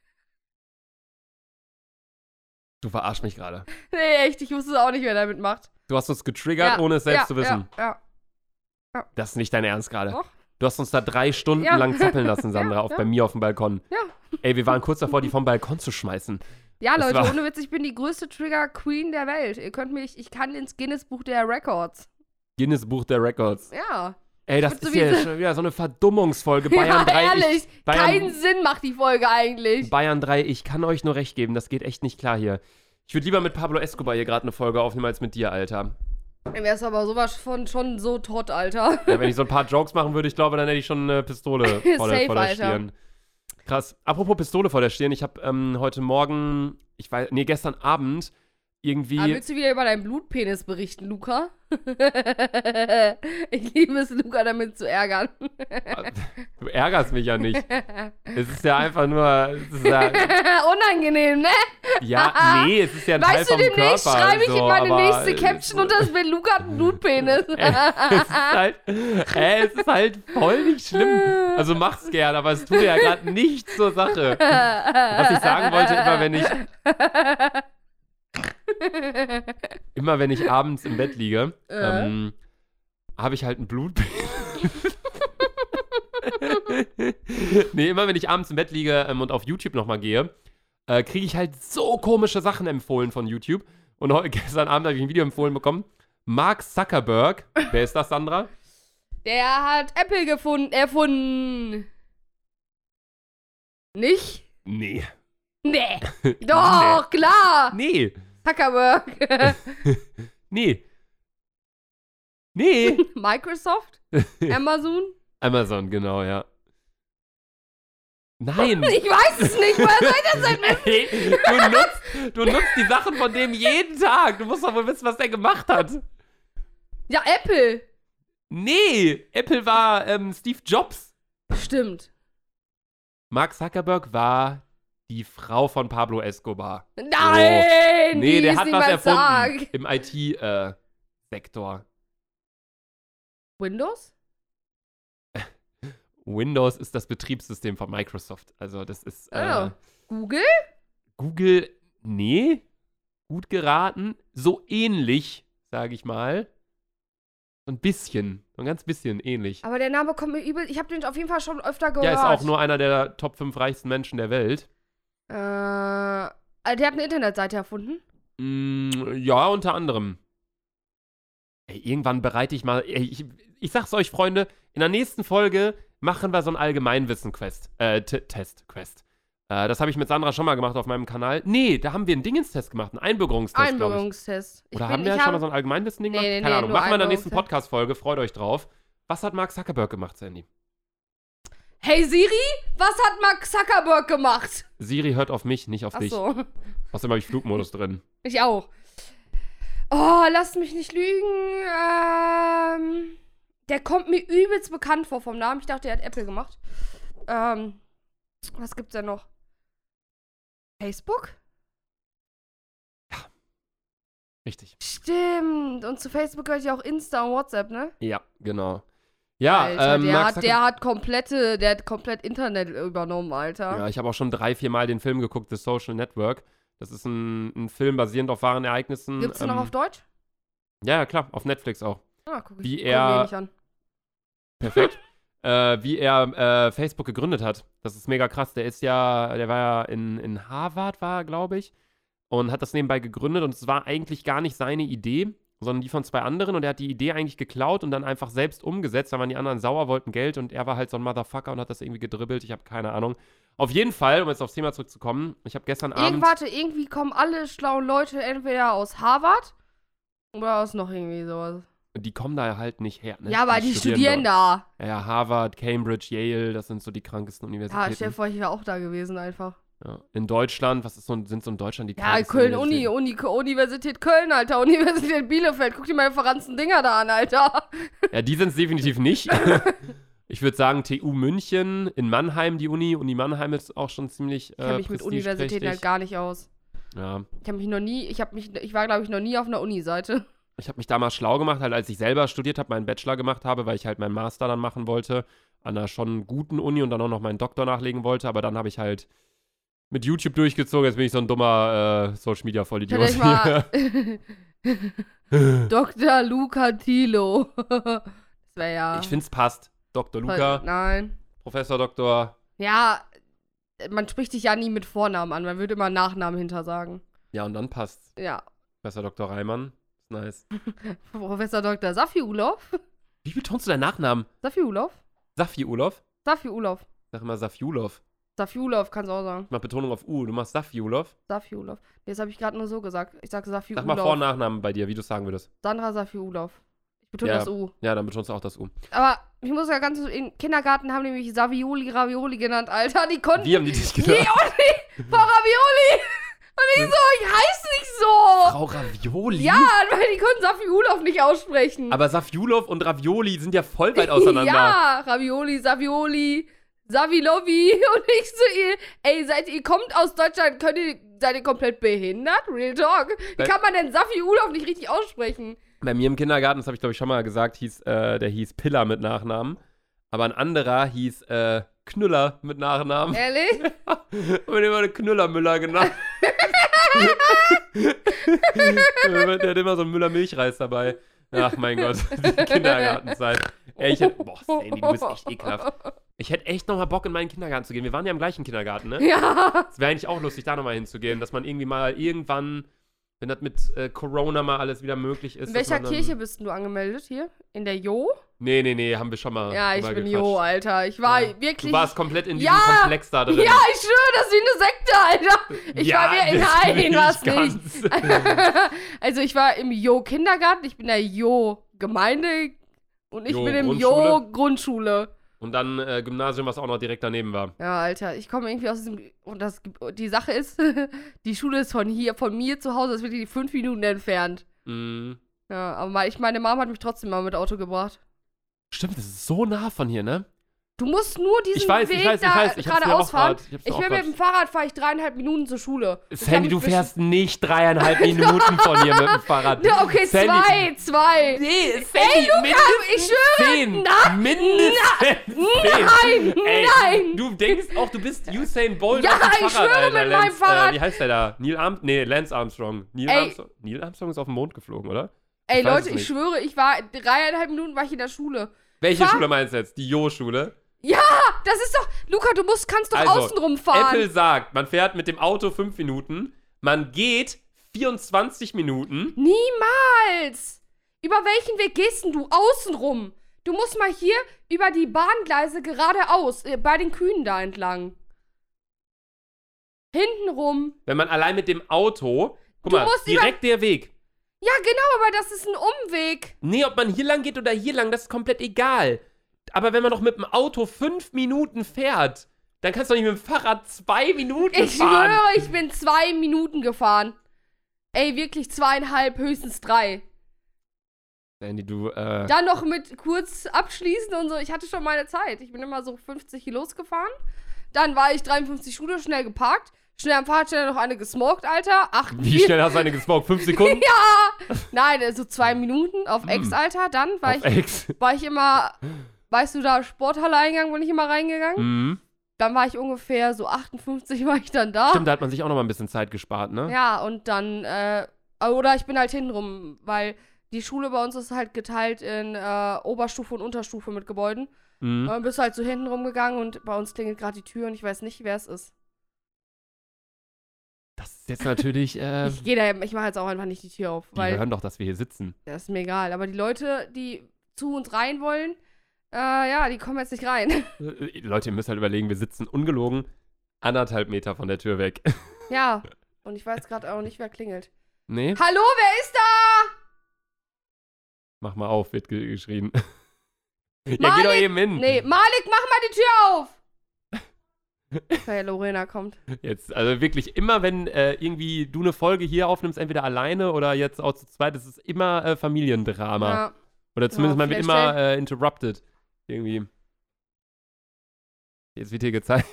Du verarschst mich gerade. Nee, echt, ich wusste auch nicht, wer da mitmacht. Du hast uns getriggert, ohne es selbst zu wissen. Ja. Das ist nicht dein Ernst gerade. Doch. Du hast uns da 3 Stunden lang zappeln lassen, Sandra, bei mir auf dem Balkon. Ja. Ey, wir waren kurz davor, die vom Balkon zu schmeißen. Ja, Leute, ohne Witz, ich bin die größte Trigger-Queen der Welt. Ich kann ins Guinness-Buch der Records. Guinness-Buch der Records. Ja. Ey, das ist ja schon wieder so eine Verdummungsfolge. Bayern 3. Ehrlich, keinen Sinn macht die Folge eigentlich. Bayern 3, ich kann euch nur recht geben, das geht echt nicht klar hier. Ich würde lieber mit Pablo Escobar hier gerade eine Folge aufnehmen, als mit dir, Alter. Dann wär's aber sowas von schon so tot, Alter. Ja, wenn ich so ein paar Jokes machen würde, ich glaube, dann hätte ich schon eine Pistole vor der Stirn. Krass. Apropos Pistole vor der Stirn, ich habe heute Morgen, gestern Abend irgendwie. Aber willst du wieder über deinen Blutpenis berichten, Luca? Ich liebe es, Luca damit zu ärgern. Du ärgerst mich ja nicht. Es ist ja einfach nur. Es ist ja, unangenehm, ne? ja, nee, es ist ja ein Teil vom Körper. Weißt du, demnächst schreibe ich so, in meine aber nächste Caption und das Bild Luca hat einen Blutpenis. es ist halt voll nicht schlimm. Also mach's gern, aber es tut ja gerade nichts zur Sache. Was ich sagen wollte, immer wenn ich abends im Bett liege, habe ich halt einen Blutpenis. Nee, immer wenn ich abends im Bett liege und auf YouTube nochmal gehe, kriege ich halt so komische Sachen empfohlen von YouTube. Und gestern Abend habe ich ein Video empfohlen bekommen. Mark Zuckerberg. Wer ist das, Sandra? Der hat Apple erfunden. Nicht? Nee. Nee. Doch, klar. Nee. Zuckerberg. Nee. Nee. Microsoft? Amazon? Amazon, genau, ja. Nein. Ich weiß es nicht, woher soll ich das denn wissen? Hey, du nutzt die Sachen von dem jeden Tag. Du musst doch wohl wissen, was der gemacht hat. Ja, Apple. Nee, Apple war Steve Jobs. Stimmt. Mark Zuckerberg war die Frau von Pablo Escobar. Nein! Nee, der hat was erfunden Sarg. im IT-Sektor. Windows? Windows ist das Betriebssystem von Microsoft. Also das ist Google? Google, nee. Gut geraten. So ähnlich, sage ich mal. So ein bisschen. So ein ganz bisschen ähnlich. Aber der Name kommt mir übel. Ich habe den auf jeden Fall schon öfter gehört. Ja, ist auch nur einer der Top 5 reichsten Menschen der Welt. Der hat eine Internetseite erfunden? Ja, unter anderem. Ey, irgendwann bereite ich mal. Ey, ich sag's euch, Freunde, in der nächsten Folge machen wir so einen Allgemeinwissen-Quest. Test-Quest. Das habe ich mit Sandra schon mal gemacht auf meinem Kanal. Nee, da haben wir einen Dingenstest gemacht, einen Einbürgerungstest. Einbürgerungstest. Oder haben wir schon mal so ein Allgemeinwissen-Ding gemacht? Nee, Keine Ahnung. Machen wir in der nächsten Einbürgerungstest. Podcast-Folge. Freut euch drauf. Was hat Mark Zuckerberg gemacht, Sandy? Hey Siri, was hat Mark Zuckerberg gemacht? Siri hört auf mich, nicht auf dich. Achso. Außerdem habe ich Flugmodus drin. Ich auch. Oh, lasst mich nicht lügen. Der kommt mir übelst bekannt vor vom Namen. Ich dachte, er hat Apple gemacht. Was gibt's denn noch? Facebook? Richtig. Stimmt. Und zu Facebook gehört ja auch Insta und WhatsApp, ne? Ja, genau. Ja, Alter, der hat komplett Internet übernommen, Alter. Ja, ich habe auch schon 3-4 Mal den Film geguckt, The Social Network. Das ist ein Film basierend auf wahren Ereignissen. Gibt's den noch auf Deutsch? Ja, klar, auf Netflix auch. Ah, guck ich. Wie Guck mir er. nicht an. Perfekt. Wie er Facebook gegründet hat. Das ist mega krass. Der war ja in Harvard, glaube ich. Und hat das nebenbei gegründet. Und es war eigentlich gar nicht seine Idee, sondern die von 2 anderen. Und er hat die Idee eigentlich geklaut und dann einfach selbst umgesetzt. Da waren die anderen sauer, wollten Geld. Und er war halt so ein Motherfucker und hat das irgendwie gedribbelt. Ich habe keine Ahnung. Auf jeden Fall, um jetzt aufs Thema zurückzukommen. Ich habe gestern Abend. Irgendwie kommen alle schlauen Leute entweder aus Harvard oder aus noch irgendwie sowas. Die kommen da halt nicht her. Ne? Ja, aber die studieren da. Ja, Harvard, Cambridge, Yale, das sind so die krankesten Universitäten. Ja, stell dir vor, ich wäre auch da gewesen einfach. Ja. In Deutschland, sind so in Deutschland die Ja, krankesten Köln, Universität Köln, Alter. Universität Bielefeld. Guck dir mal die verranzten Dinger da an, Alter. Ja, die sind es definitiv nicht. Ich würde sagen, TU München, in Mannheim die Uni Mannheim ist auch schon ziemlich Ich kenne mich mit Universitäten halt gar nicht aus. Ja. Ich war, glaube ich, noch nie auf einer Uni-Seite. Ich habe mich damals schlau gemacht, halt als ich selber studiert habe, meinen Bachelor gemacht habe, weil ich halt meinen Master dann machen wollte, an einer schon guten Uni und dann auch noch meinen Doktor nachlegen wollte, aber dann habe ich halt mit YouTube durchgezogen, jetzt bin ich so ein dummer Social-Media-Vollidiot. Ich mal Dr. Luca Thilo. Das wäre ja... Ich finde es passt. Dr. Luca. Nein. Professor Dr. Ja, man spricht dich ja nie mit Vornamen an, man würde immer Nachnamen hinter sagen. Ja, und dann passt's. Ja. Professor Dr. Reimann. Ist nice. Professor Dr. Safiulov. Wie betonst du deinen Nachnamen? Safiulov? Safiulov? Safiulov. Sag immer Safiulov. Safiulov, kannst du auch sagen. Ich mach Betonung auf U. Du machst Safiulov. Safiulov. Nee, das habe ich gerade nur so gesagt. Ich sag Safiulov. Sag mal Vor- und Nachnamen bei dir, wie du es sagen würdest. Sandra Safiulov. Ich betone das U. Ja, dann betonst du auch das U. Aber ich muss ja ganz... Im Kindergarten haben die mich Ravioli genannt, Alter. Die konnten... Wie haben die dich Nee, genannt? und Frau Ravioli! Und ich so, ich heiße nicht so! Frau Ravioli? Ja, weil die konnten Safiulov nicht aussprechen. Aber Safiulov und Ravioli sind ja voll weit auseinander. Ja, Ravioli, Savioli, Savilovi. Und ich so, ey, ihr kommt aus Deutschland, seid ihr komplett behindert? Real Talk. Wie kann man denn Safiulov nicht richtig aussprechen? Bei mir im Kindergarten, das habe ich glaube ich schon mal gesagt, der hieß Piller mit Nachnamen. Aber ein anderer hieß Knüller mit Nachnamen. Ehrlich? Und den wurde Knüllermüller genannt. Der hat immer so einen Müller-Milchreis dabei. Ach mein Gott, die Kindergartenzeit. Ey, Sandy, du bist echt ekelhaft. Ich hätte echt nochmal Bock, in meinen Kindergarten zu gehen. Wir waren ja im gleichen Kindergarten, ne? Ja. Es wäre eigentlich auch lustig, da nochmal hinzugehen, dass man irgendwie mal irgendwann, wenn das mit Corona mal alles wieder möglich ist. In welcher Kirche bist du angemeldet hier? In der Jo? Nee, haben wir schon mal. Ja, ich bin Jo, Alter. Ich war wirklich. Du warst komplett in diesem Komplex da drin. Ja, ich schwöre, das ist wie eine Sekte, Alter. Ich war nein, war's nicht. Also, ich war im Jo-Kindergarten, ich bin in der Jo-Gemeinde und ich bin im Jo-Grundschule. Und dann Gymnasium, was auch noch direkt daneben war. Ja, Alter, ich komme irgendwie aus diesem. Und die Sache ist, die Schule ist von mir zu Hause, ist wirklich 5 Minuten entfernt. Mhm. Ja, aber meine Mama hat mich trotzdem mal mit Auto gebracht. Stimmt, das ist so nah von hier, ne? Du musst nur diesen Weg da geradeaus fahren. Ich bin mit dem Fahrrad, fahre ich 3,5 Minuten zur Schule. Sandy, du fährst nicht 3,5 Minuten von hier mit dem Fahrrad. Ja, okay, Sandy, zwei. Nee, Sandy, Luca, ich schwöre. 10. Mindestens 10. Nein. Du denkst auch, du bist Usain Bolt ja, auf dem Fahrrad, ich schwöre Alter. mit meinem Fahrrad. Wie heißt der da? Lance Armstrong. Neil Armstrong ist auf den Mond geflogen, oder? Ey, Leute, ich schwöre, ich war 3,5 Minuten war ich in der Schule. Welche Schule meinst du jetzt? Die Jo-Schule? Ja, das ist doch, Luca, kannst doch außen rumfahren. Apple sagt, man fährt mit dem Auto 5 Minuten, man geht 24 Minuten. Niemals! Über welchen Weg gehst denn du außen rum? Du musst mal hier über die Bahngleise geradeaus, bei den Kühen da entlang. Hinten rum. Wenn man allein mit dem Auto, guck mal, direkt der Weg. Ja, genau, aber das ist ein Umweg. Nee, ob man hier lang geht oder hier lang, das ist komplett egal. Aber wenn man doch mit dem Auto 5 Minuten fährt, dann kannst du doch nicht mit dem Fahrrad 2 Minuten fahren. Ich schwöre, ich bin 2 Minuten gefahren. Ey, wirklich 2,5, höchstens 3. Sandy, du, Dann noch mit kurz abschließen und so. Ich hatte schon meine Zeit. Ich bin immer so 50 losgefahren. Dann war ich 53 Schule, schnell geparkt. Schnell am Fahrradständer noch eine gesmoked, Alter. Wie schnell hast du eine gesmoked? 5 Sekunden? Ja! Nein, also 2 Minuten auf Ex, Alter. Dann war ich immer, weißt du, da Sporthalle-Eingang bin ich immer reingegangen. Mhm. Dann war ich ungefähr so 58 war ich dann da. Stimmt, da hat man sich auch noch mal ein bisschen Zeit gespart, ne? Ja, und dann, oder ich bin halt hintenrum, weil die Schule bei uns ist halt geteilt in Oberstufe und Unterstufe mit Gebäuden. Mhm. Dann bist du halt so hintenrum gegangen und bei uns klingelt gerade die Tür und ich weiß nicht, wer es ist. Das ist jetzt natürlich, ich mache jetzt auch einfach nicht die Tür auf. Die hören doch, dass wir hier sitzen. Das ist mir egal. Aber die Leute, die zu uns rein wollen, die kommen jetzt nicht rein. Leute, ihr müsst halt überlegen, wir sitzen ungelogen 1,5 Meter von der Tür weg. Ja, und ich weiß gerade auch nicht, wer klingelt. Nee? Hallo, wer ist da? Mach mal auf, wird geschrien. Ja, Malik, geh doch eben hin. Nee, Malik, mach mal die Tür auf! Okay, Lorena kommt. Jetzt, also wirklich, immer wenn irgendwie du eine Folge hier aufnimmst, entweder alleine oder jetzt auch zu zweit, das ist immer Familiendrama. Ja. Oder zumindest man wird immer interrupted. Irgendwie. Jetzt wird hier gezeigt.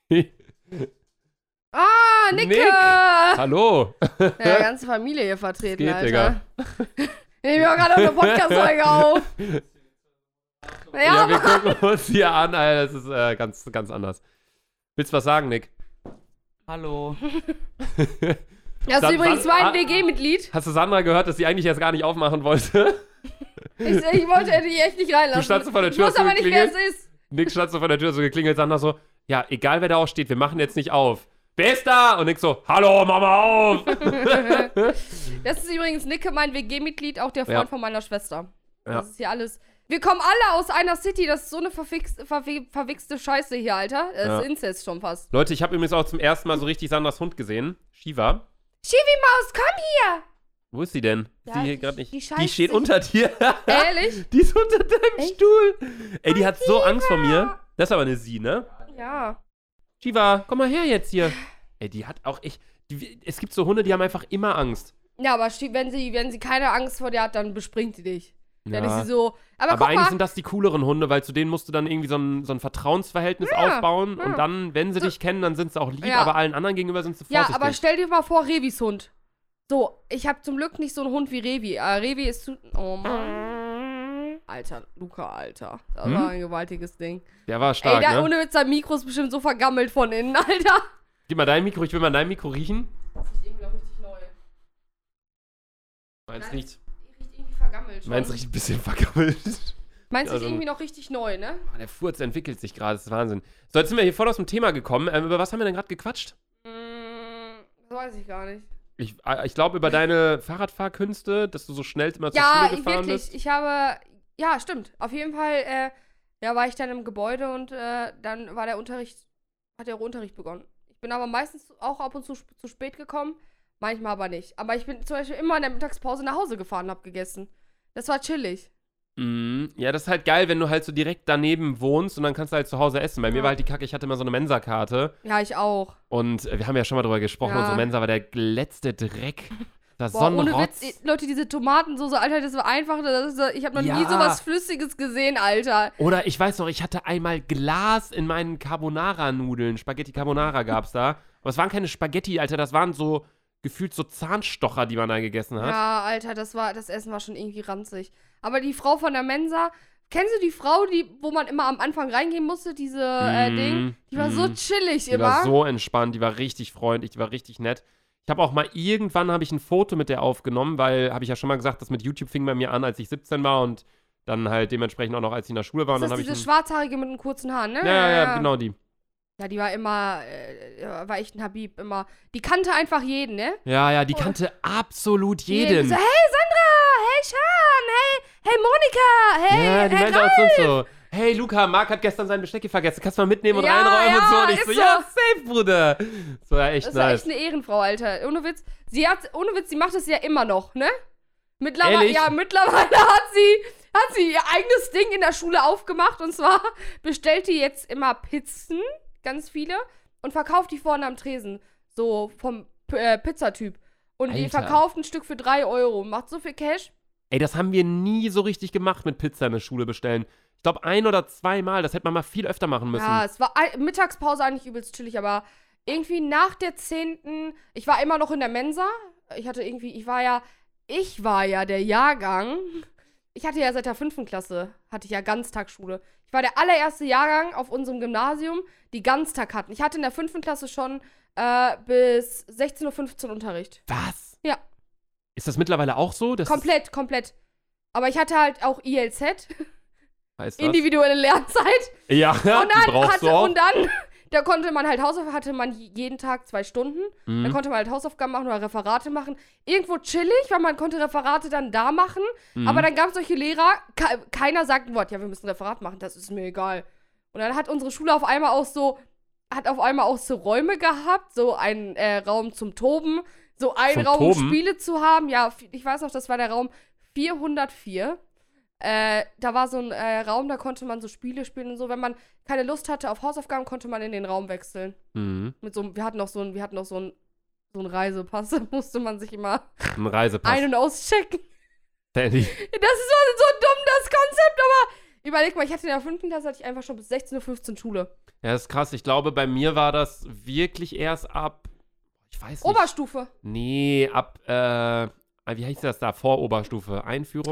Ah, Nicke! Nick! Hallo! Ja, ganze Familie hier vertreten, geht, Alter. Ich nehme ja gerade auch eine Podcast-Folge auf. Ja, wir gucken uns hier an, Alter. Das ist ganz, ganz anders. Willst du was sagen, Nick? Hallo. Das ist übrigens mein WG-Mitglied. Hast du Sandra gehört, dass sie eigentlich erst gar nicht aufmachen wollte? Ich wollte die echt nicht reinlassen. Du standst vor der Tür, ich weiß aber nicht, wer es ist. Nick stand so vor der Tür, so geklingelt, Sandra so, ja, egal wer da auch steht, wir machen jetzt nicht auf. Wer ist da? Und Nick so, hallo, mach mal auf. Das ist übrigens Nicke, mein WG-Mitglied, auch der Freund von meiner Schwester. Ja. Das ist hier alles. Wir kommen alle aus einer City, das ist so eine verwichste Scheiße hier, Alter. Das ist Inzest schon fast. Leute, ich habe übrigens auch zum ersten Mal so richtig Sandras Hund gesehen. Shiva. Shivi-Maus, komm hier! Wo ist sie denn? Ja, ist die hier gerade nicht? die Die steht unter dir. Ehrlich? Die ist unter deinem Echt? Stuhl. Ey, die hat so Angst vor mir. Das ist aber eine Sie, ne? Ja. Shiva, komm mal her jetzt hier. Ey, die hat auch echt... es gibt so Hunde, die haben einfach immer Angst. Ja, aber wenn sie keine Angst vor dir hat, dann bespringt sie dich. Dann ist sie so. Aber guck eigentlich mal, sind das die cooleren Hunde, weil zu denen musst du dann irgendwie so ein Vertrauensverhältnis aufbauen. ja. Und dann, wenn sie dich kennen, dann sind sie auch lieb, Ja. aber allen anderen gegenüber sind sie vorsichtig. ja, aber stell dir mal vor, Revis Hund. So, ich habe zum Glück nicht so einen Hund wie Revi. Revi ist zu. Oh Mann. Alter, Luca, Alter. Das war ein gewaltiges Ding. Der war stark, Ey, ne? ohne Witz, sein Mikro ist bestimmt so vergammelt von innen, Alter. Gib mal dein Mikro, ich will mal dein Mikro riechen. Das ist irgendwie noch richtig neu. Meins Nein, riecht riecht irgendwie vergammelt schon. ein bisschen vergammelt. Meins Ja, riecht irgendwie noch richtig neu, ne? Der Furz entwickelt sich gerade, das ist Wahnsinn. So, jetzt sind wir hier voll aus dem Thema gekommen. Über was haben wir denn gerade gequatscht? Das weiß ich gar nicht. Ich glaube, über deine Fahrradfahrkünste, dass du so schnell immer zur Schule gefahren bist. Ich habe, ja, stimmt. Auf jeden Fall, war ich dann im Gebäude und dann war hat der Unterricht begonnen. Ich bin aber meistens auch ab und zu spät gekommen, manchmal aber nicht. Aber ich bin zum Beispiel immer in der Mittagspause nach Hause gefahren und hab gegessen. Das war chillig. Ja, das ist halt geil, wenn du halt so direkt daneben wohnst und dann kannst du halt zu Hause essen. Bei mir Ja. war halt die Kacke, ich hatte immer so eine Mensa-Karte Ja, ich auch. und wir haben ja schon mal drüber gesprochen, Ja. unsere Mensa war der letzte Dreck. Das Boah, ohne Sonnenrotz. Witz, Leute, diese Tomatensoße, Alter, das war einfach, ich habe noch Ja. nie sowas Flüssiges gesehen, Alter. Oder ich weiß noch, ich hatte einmal Glas in meinen Carbonara-Nudeln. Spaghetti Carbonara gab's da. Aber es waren keine Spaghetti, Alter, das waren so gefühlt so Zahnstocher, die man da gegessen hat. Ja, Alter, das Essen war schon irgendwie ranzig. Aber die Frau von der Mensa, kennst du die Frau, wo man immer am Anfang reingehen musste, diese Ding? Die war so chillig Die immer. war so entspannt, die war richtig freundlich, die war richtig nett. Ich habe auch mal irgendwann ein Foto mit der aufgenommen, weil, habe ich ja schon mal gesagt, das mit YouTube fing bei mir an, als ich 17 war und dann halt dementsprechend auch noch, als ich in der Schule war. Das Und dann ist habe diese schwarzhaarige mit den kurzen Haaren, ne? Ja, genau die. Ja, die war immer, war echt ein Habib, immer. Die kannte einfach jeden, ne? Ja, die kannte absolut jeden. So, hey Sandra, hey Shan, hey Monika, hey, Ja, die hey meinte auch sonst so, hey Luca, Marc hat gestern sein Besteck hier vergessen, kannst du mal mitnehmen und Ja, reinräumen und so. Und ich ist so, so. ja, safe, Bruder. So, ja, echt Das war nice. echt eine Ehrenfrau, Alter. Ohne Witz, sie macht es ja immer noch, ne? Mittlerweile Ehrlich? hat sie ihr eigenes Ding in der Schule aufgemacht. Und zwar bestellt die jetzt immer Pizzen, ganz viele, und verkauft die vorne am Tresen. So vom Pizzatyp. Und die Alter. verkauft ein Stück für 3 Euro. Macht so viel Cash. Ey, das haben wir nie so richtig gemacht mit Pizza in der Schule bestellen. Ich glaube, 1 oder 2 Mal, das hätte man mal viel öfter machen müssen. Ja, es war Mittagspause eigentlich übelst chillig, aber irgendwie nach der 10. Ich war immer noch in der Mensa. Ich war ja der Jahrgang. Ich hatte ja seit der 5. Klasse, hatte ich ja Ganztagsschule. Ich war der allererste Jahrgang auf unserem Gymnasium, die Ganztag hatten. Ich hatte in der 5. Klasse schon bis 16:15 Uhr Unterricht. Was? Ja. Ist das mittlerweile auch so? Das Komplett. Aber ich hatte halt auch ILZ, heißt das? individuelle Lernzeit. Ja, Und die dann brauchst du auch. da konnte man halt hatte man jeden Tag 2 Stunden. Mhm. Da konnte man halt Hausaufgaben machen oder Referate machen. Irgendwo chillig, weil man konnte Referate dann da machen. Mhm. Aber dann gab es solche Lehrer, keiner sagt ein Wort. Ja, wir müssen ein Referat machen, das ist mir egal. Und dann hat unsere Schule auf einmal auch so Räume gehabt, so einen Raum zum Toben, so einen Zum Raum, um Toben? Spiele zu haben. Ja, ich weiß noch, das war der Raum 404. Da war so ein Raum, da konnte man so Spiele spielen und so. Wenn man keine Lust hatte auf Hausaufgaben, konnte man in den Raum wechseln. Mhm. Wir hatten noch so einen Reisepass, da musste man sich immer Ein Reisepass. ein- und auschecken. Sandy. Das ist so dumm, das Konzept, aber überleg mal, ich hatte in der 5. Klasse hatte ich einfach schon bis 16:15 Uhr Schule. Ja, das ist krass. Ich glaube, bei mir war das wirklich erst ab, ich weiß nicht. Oberstufe. Nee, ab, wie heißt das da? Vor Oberstufe.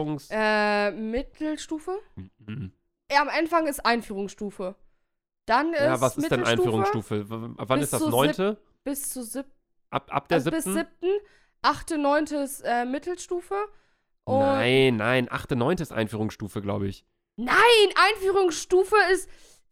Mittelstufe? Mhm. Ja, am Anfang ist Einführungsstufe. Dann ist Ja, was ist denn Mittelstufe Einführungsstufe? Ab wann bis ist das? zur 9.? bis zu 7. Ab der Also bis 7.? 7. 8., 9. ist Mittelstufe. Und Nein, 8., 9. ist Einführungsstufe, glaube ich. Nein, Einführungsstufe ist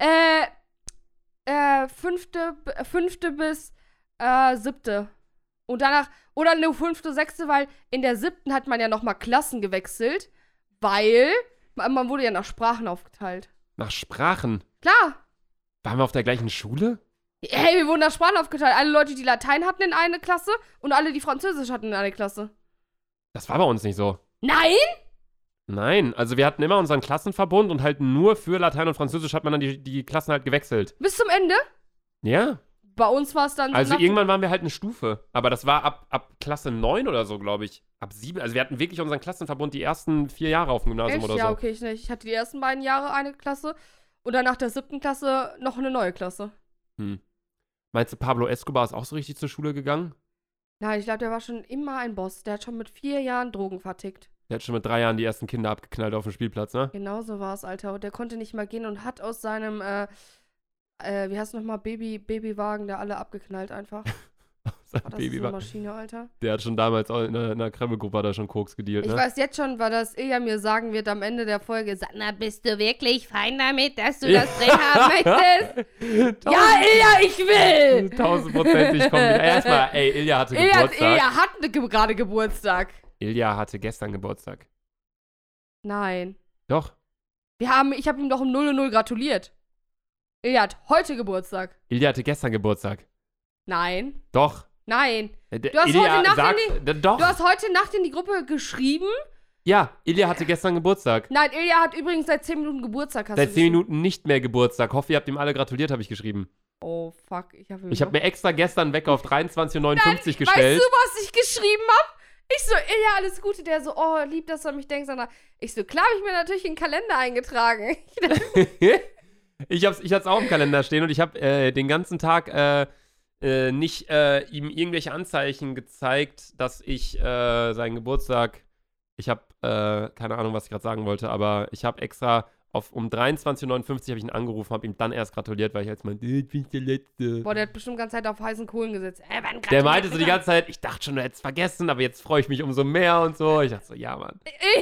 5. bis 7. Und danach, oder eine 5., 6., weil in der 7. hat man ja nochmal Klassen gewechselt, weil man wurde ja nach Sprachen aufgeteilt. Nach Sprachen. Klar. Waren wir auf der gleichen Schule? Hey, wir wurden nach Sprachen aufgeteilt. Alle Leute, die Latein hatten, in eine Klasse und alle, die Französisch hatten, in eine Klasse. Das war bei uns nicht so. Nein? Nein, also wir hatten immer unseren Klassenverbund und halt nur für Latein und Französisch hat man dann die Klassen halt gewechselt. Bis zum Ende? Ja. bei uns war es dann so Also irgendwann waren wir halt eine Stufe. Aber das war ab Klasse 9 oder so, glaube ich. Ab 7. Also wir hatten wirklich unseren Klassenverbund die ersten 4 Jahre auf dem Gymnasium oder so. Ja, okay, ich nicht. Ich hatte die ersten beiden Jahre eine Klasse und dann nach der 7. Klasse noch eine neue Klasse. Meinst du, Pablo Escobar ist auch so richtig zur Schule gegangen? Nein, ich glaube, der war schon immer ein Boss. Der hat schon mit 4 Jahren Drogen vertickt. Der hat schon mit 3 Jahren die ersten Kinder abgeknallt auf dem Spielplatz, ne? Genau so war es, Alter. Und der konnte nicht mal gehen und hat aus seinem, wie heißt nochmal, Babywagen, der alle abgeknallt einfach. Sein Das Baby ist war. eine Maschine, Alter. Der hat schon damals auch in einer Kremlgruppe hat er schon Koks gedealt, Ich ne? weiß jetzt schon, weil das Ilja mir sagen wird am Ende der Folge. Sandra, bist du wirklich fein damit, dass du das drin haben möchtest? Ja, Ilja, ich will! 1000%ig kommen. Erstmal, Ilja hatte Geburtstag. Ilja hat gerade Geburtstag. Ilja hatte gestern Geburtstag. Nein. Doch. Ich habe ihm doch um 0:00 gratuliert. Ilja hat heute Geburtstag. Ilja hatte gestern Geburtstag. Nein. Doch. Nein. Du hast heute Nacht doch. Du hast heute Nacht in die Gruppe geschrieben. Ja, Ilja hatte gestern Geburtstag. Nein, Ilja hat übrigens seit 10 Minuten Geburtstag. Seit 10 Minuten nicht mehr Geburtstag. Hoffe, ihr habt ihm alle gratuliert, habe ich geschrieben. Oh, fuck. Ich habe mir extra gestern einen Wecker auf 23:59 Uhr gestellt. Weißt du, was ich geschrieben habe? Ich so, Ilja, alles Gute. Der so, oh, lieb, dass du an mich denkst. Ich so, klar, habe ich mir natürlich in den Kalender eingetragen. Ich hab's auch im Kalender stehen und ich habe den ganzen Tag nicht ihm irgendwelche Anzeichen gezeigt, dass ich seinen Geburtstag, ich habe keine Ahnung, was ich gerade sagen wollte, aber ich habe extra um 23:59 Uhr habe ich ihn angerufen, habe ihm dann erst gratuliert, weil ich jetzt meinte, ich bin der Letzte. Boah, der hat bestimmt die ganze Zeit auf heißen Kohlen gesetzt. Der meinte so die ganze Zeit, ich dachte schon, du hättest vergessen, aber jetzt freue ich mich umso mehr und so. Ich dachte so, ja, Mann. Ilja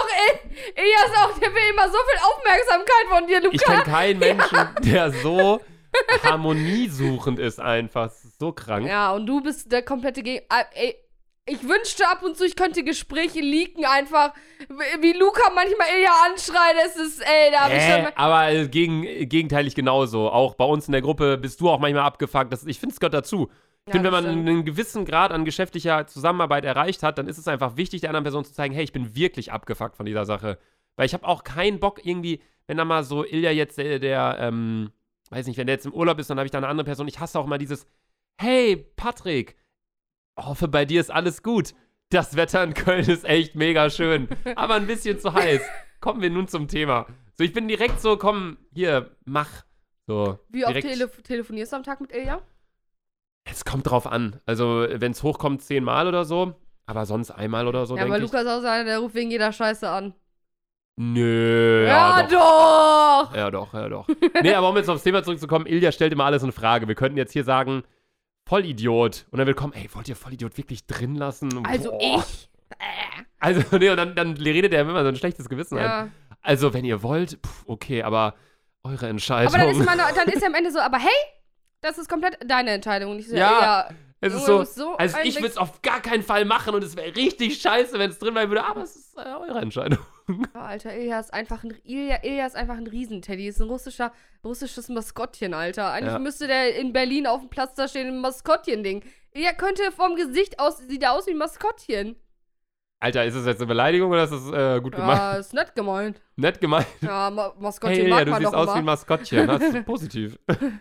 ist auch, der will immer so viel Aufmerksamkeit von dir, Luca. Ich kenne keinen Menschen, der so harmoniesuchend ist einfach. Das ist so krank. Ja, und du bist der komplette ich wünschte ab und zu, ich könnte Gespräche leaken, einfach, wie Luca manchmal Ilja anschreit, es ist, da hab ich schon... Aber gegenteilig genauso. Auch bei uns in der Gruppe bist du auch manchmal abgefuckt. Ich finde, es gehört dazu. Ich finde, wenn man einen gewissen Grad an geschäftlicher Zusammenarbeit erreicht hat, dann ist es einfach wichtig, der anderen Person zu zeigen, hey, ich bin wirklich abgefuckt von dieser Sache. Weil ich habe auch keinen Bock irgendwie, wenn da mal so Ilja jetzt weiß nicht, wenn der jetzt im Urlaub ist, dann habe ich da eine andere Person. Ich hasse auch mal dieses, hey, Patrick, hoffe, bei dir ist alles gut. Das Wetter in Köln ist echt mega schön, aber ein bisschen zu heiß. Kommen wir nun zum Thema. So, ich bin direkt so, komm, hier, mach. So, wie oft telefonierst du am Tag mit Ilja? Es kommt drauf an. Also, wenn es hochkommt, 10 Mal oder so. Aber sonst einmal oder so, denke ich. Ja, aber Lukas ist auch so einer, der ruft wegen jeder Scheiße an. Nö, ja doch. Ja, doch. Nee, aber um jetzt aufs Thema zurückzukommen, Ilja stellt immer alles in Frage. Wir könnten jetzt hier sagen, Vollidiot. Und dann wird kommen, ey, wollt ihr Vollidiot wirklich drin lassen? Also ich? Also, nee, und dann redet er immer so ein schlechtes Gewissen ja. ein. Also, wenn ihr wollt, okay, aber eure Entscheidung. Aber dann ist er am Ende so, aber hey, das ist komplett deine Entscheidung. Und ich so, ja, es ist so also ich würde es es auf gar keinen Fall machen und es wäre richtig scheiße, wenn es drin bleiben würde, aber es ist eure Entscheidung. Oh, Alter, Ilja ist einfach ein Riesenteddy. Ist ein russisches Maskottchen, Alter. Eigentlich müsste der in Berlin auf dem Platz da stehen, ein Maskottchen-Ding. Ilja könnte vom Gesicht aus, sieht er aus wie ein Maskottchen. Alter, ist das jetzt eine Beleidigung oder ist das gut gemeint? Ja, ist nett gemeint. Nett gemeint? Ja, Maskottchen hey, mag du man siehst doch aus immer. wie ein Maskottchen, das ist positiv.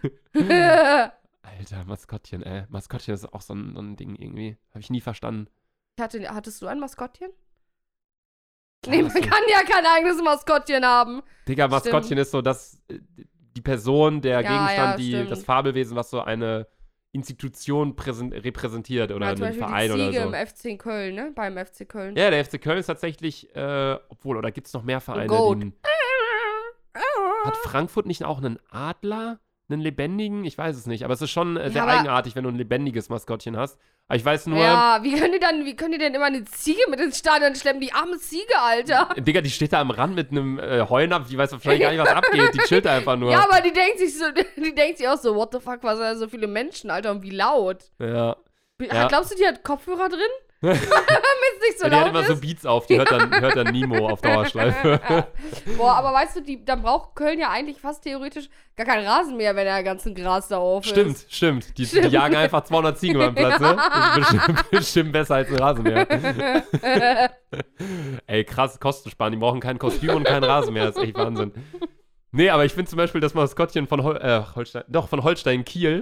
Alter, Maskottchen, Maskottchen ist auch so ein Ding irgendwie. Habe ich nie verstanden. Hattest du ein Maskottchen? Nee, man kann ja kein eigenes Maskottchen haben. Digga, Maskottchen ist so die Person, der Gegenstand, das Fabelwesen, was so eine Institution repräsentiert oder einen Verein oder so. Die Ziege im FC Köln, ne? Beim FC Köln. Ja, der FC Köln ist tatsächlich, oder gibt es noch mehr Vereine? Hat Frankfurt nicht auch einen Adler? Einen lebendigen? Ich weiß es nicht, aber es ist schon sehr eigenartig, wenn du ein lebendiges Maskottchen hast. Aber ich weiß nur... Ja, wie können die denn immer eine Ziege mit ins Stadion schleppen? Die arme Ziege, Alter. Digga, die steht da am Rand mit einem Heunapf, die weiß wahrscheinlich gar nicht, was abgeht. Die chillt einfach nur. Ja, aber die denkt sich auch so, what the fuck, was sind da so viele Menschen, Alter, und wie laut. Ja. Glaubst du, die hat Kopfhörer drin? Damit es nicht so laut ist? Die hat immer so Beats auf, die hört dann Nemo auf Dauerschleife. Boah, aber weißt du, dann braucht Köln ja eigentlich fast theoretisch gar keinen Rasen mehr, wenn der ganzen Gras da auf ist. Stimmt. Die jagen einfach 200 Ziegen beim Platz, ne? Das ist bestimmt besser als ein Rasenmäher. Ey, krass, Kostensparen. Die brauchen kein Kostüm und kein Rasenmäher. Das ist echt Wahnsinn. Nee, aber ich finde zum Beispiel das Maskottchen von Holstein Kiel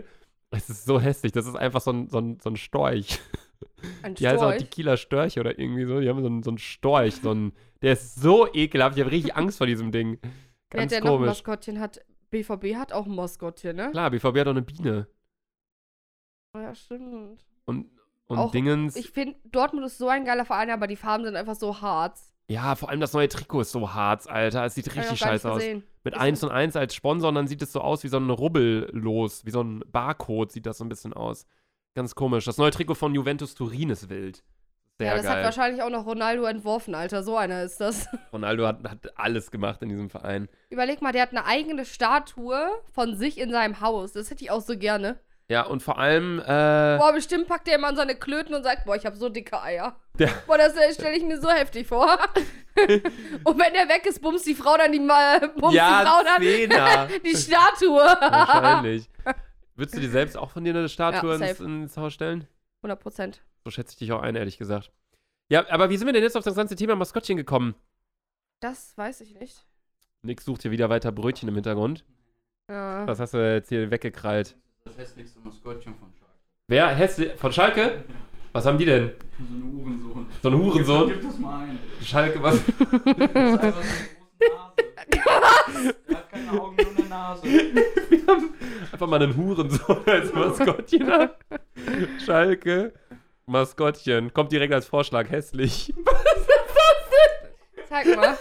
Es ist so hässlich. Das ist einfach so ein Storch. Ein Die heißen auch Storch. die Kieler Störche oder irgendwie so. Die haben so einen Storch. Der ist so ekelhaft. Ich habe richtig Angst vor diesem Ding. Wer Ganz hat denn noch ein komisch. Maskottchen? BVB hat auch ein Maskottchen, ne? Klar, BVB hat auch eine Biene. Oh ja, stimmt. Und Auch- Dingens. Ich finde, Dortmund ist so ein geiler Verein, aber die Farben sind einfach so hart. Ja, vor allem das neue Trikot ist so hart, Alter. Es sieht Hab ich richtig noch gar nicht scheiße aus. gesehen. Mit Ist 1 und 1 als Sponsor und dann sieht es so aus wie so ein Rubbellos, wie so ein Barcode sieht das so ein bisschen aus. Ganz komisch. Das neue Trikot von Juventus Turin ist wild. Sehr Ja, das hat geil. wahrscheinlich auch noch Ronaldo entworfen, Alter. So einer ist das. Ronaldo hat alles gemacht in diesem Verein. Überleg mal, der hat eine eigene Statue von sich in seinem Haus. Das hätte ich auch so gerne. Ja, und vor allem, Boah, bestimmt packt der immer an seine Klöten und sagt, boah, ich habe so dicke Eier. Der- Boah, das stelle ich mir so heftig vor. Und wenn der weg ist, bumst die Frau dann die Zehner. die Statue. Wahrscheinlich. Würdest du dir selbst auch von dir eine Statue Ja, ins, safe. ins Haus stellen? 100%. So schätze ich dich auch ein, ehrlich gesagt. Ja, aber wie sind wir denn jetzt auf das ganze Thema Maskottchen gekommen? Das weiß ich nicht. Nick sucht hier wieder weiter Brötchen im Hintergrund. Ja. Was hast du jetzt hier weggekrallt? Das hässlichste Maskottchen von Schalke. Wer? Hässlich? Von Schalke? Was haben die denn? So ein Hurensohn. So ein Hurensohn? Gib das mal ein. Schalke, was? Das ist einfach so eine große Nase. Der hat keine Augen, nur eine Nase. Wir haben einfach mal einen Hurensohn als Maskottchen an. Schalke, Maskottchen. Kommt direkt als Vorschlag, hässlich. Zeig mal.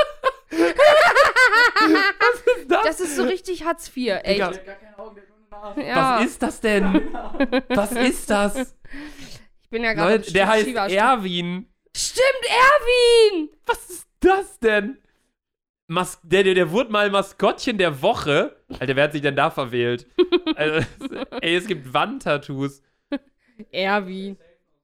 Das ist so richtig Hartz IV, ey. Digga, Der hat gar keine Augen, der hat nur eine Nase. Ja. Was ist das denn? Was ist das? Ich bin ja gerade Leute, der heißt Erwin. Stimmt, Erwin! Was ist das denn? Der wurde mal Maskottchen der Woche. Alter, wer hat sich denn da verwählt? Also, ey, es gibt Wandtattoos. Erwin.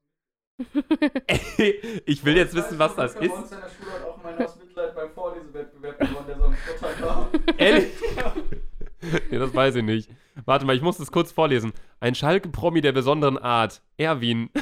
Ey, ich will jetzt wissen, was das Bei uns ist. in der Schule hat auch mein aus Mitleid beim Vorlesewettbewerb gewonnen, der so ein Vorteil war. Ehrlich? Nee, das weiß ich nicht. Warte mal, ich muss das kurz vorlesen. Ein Schalke-Promi der besonderen Art. Erwin.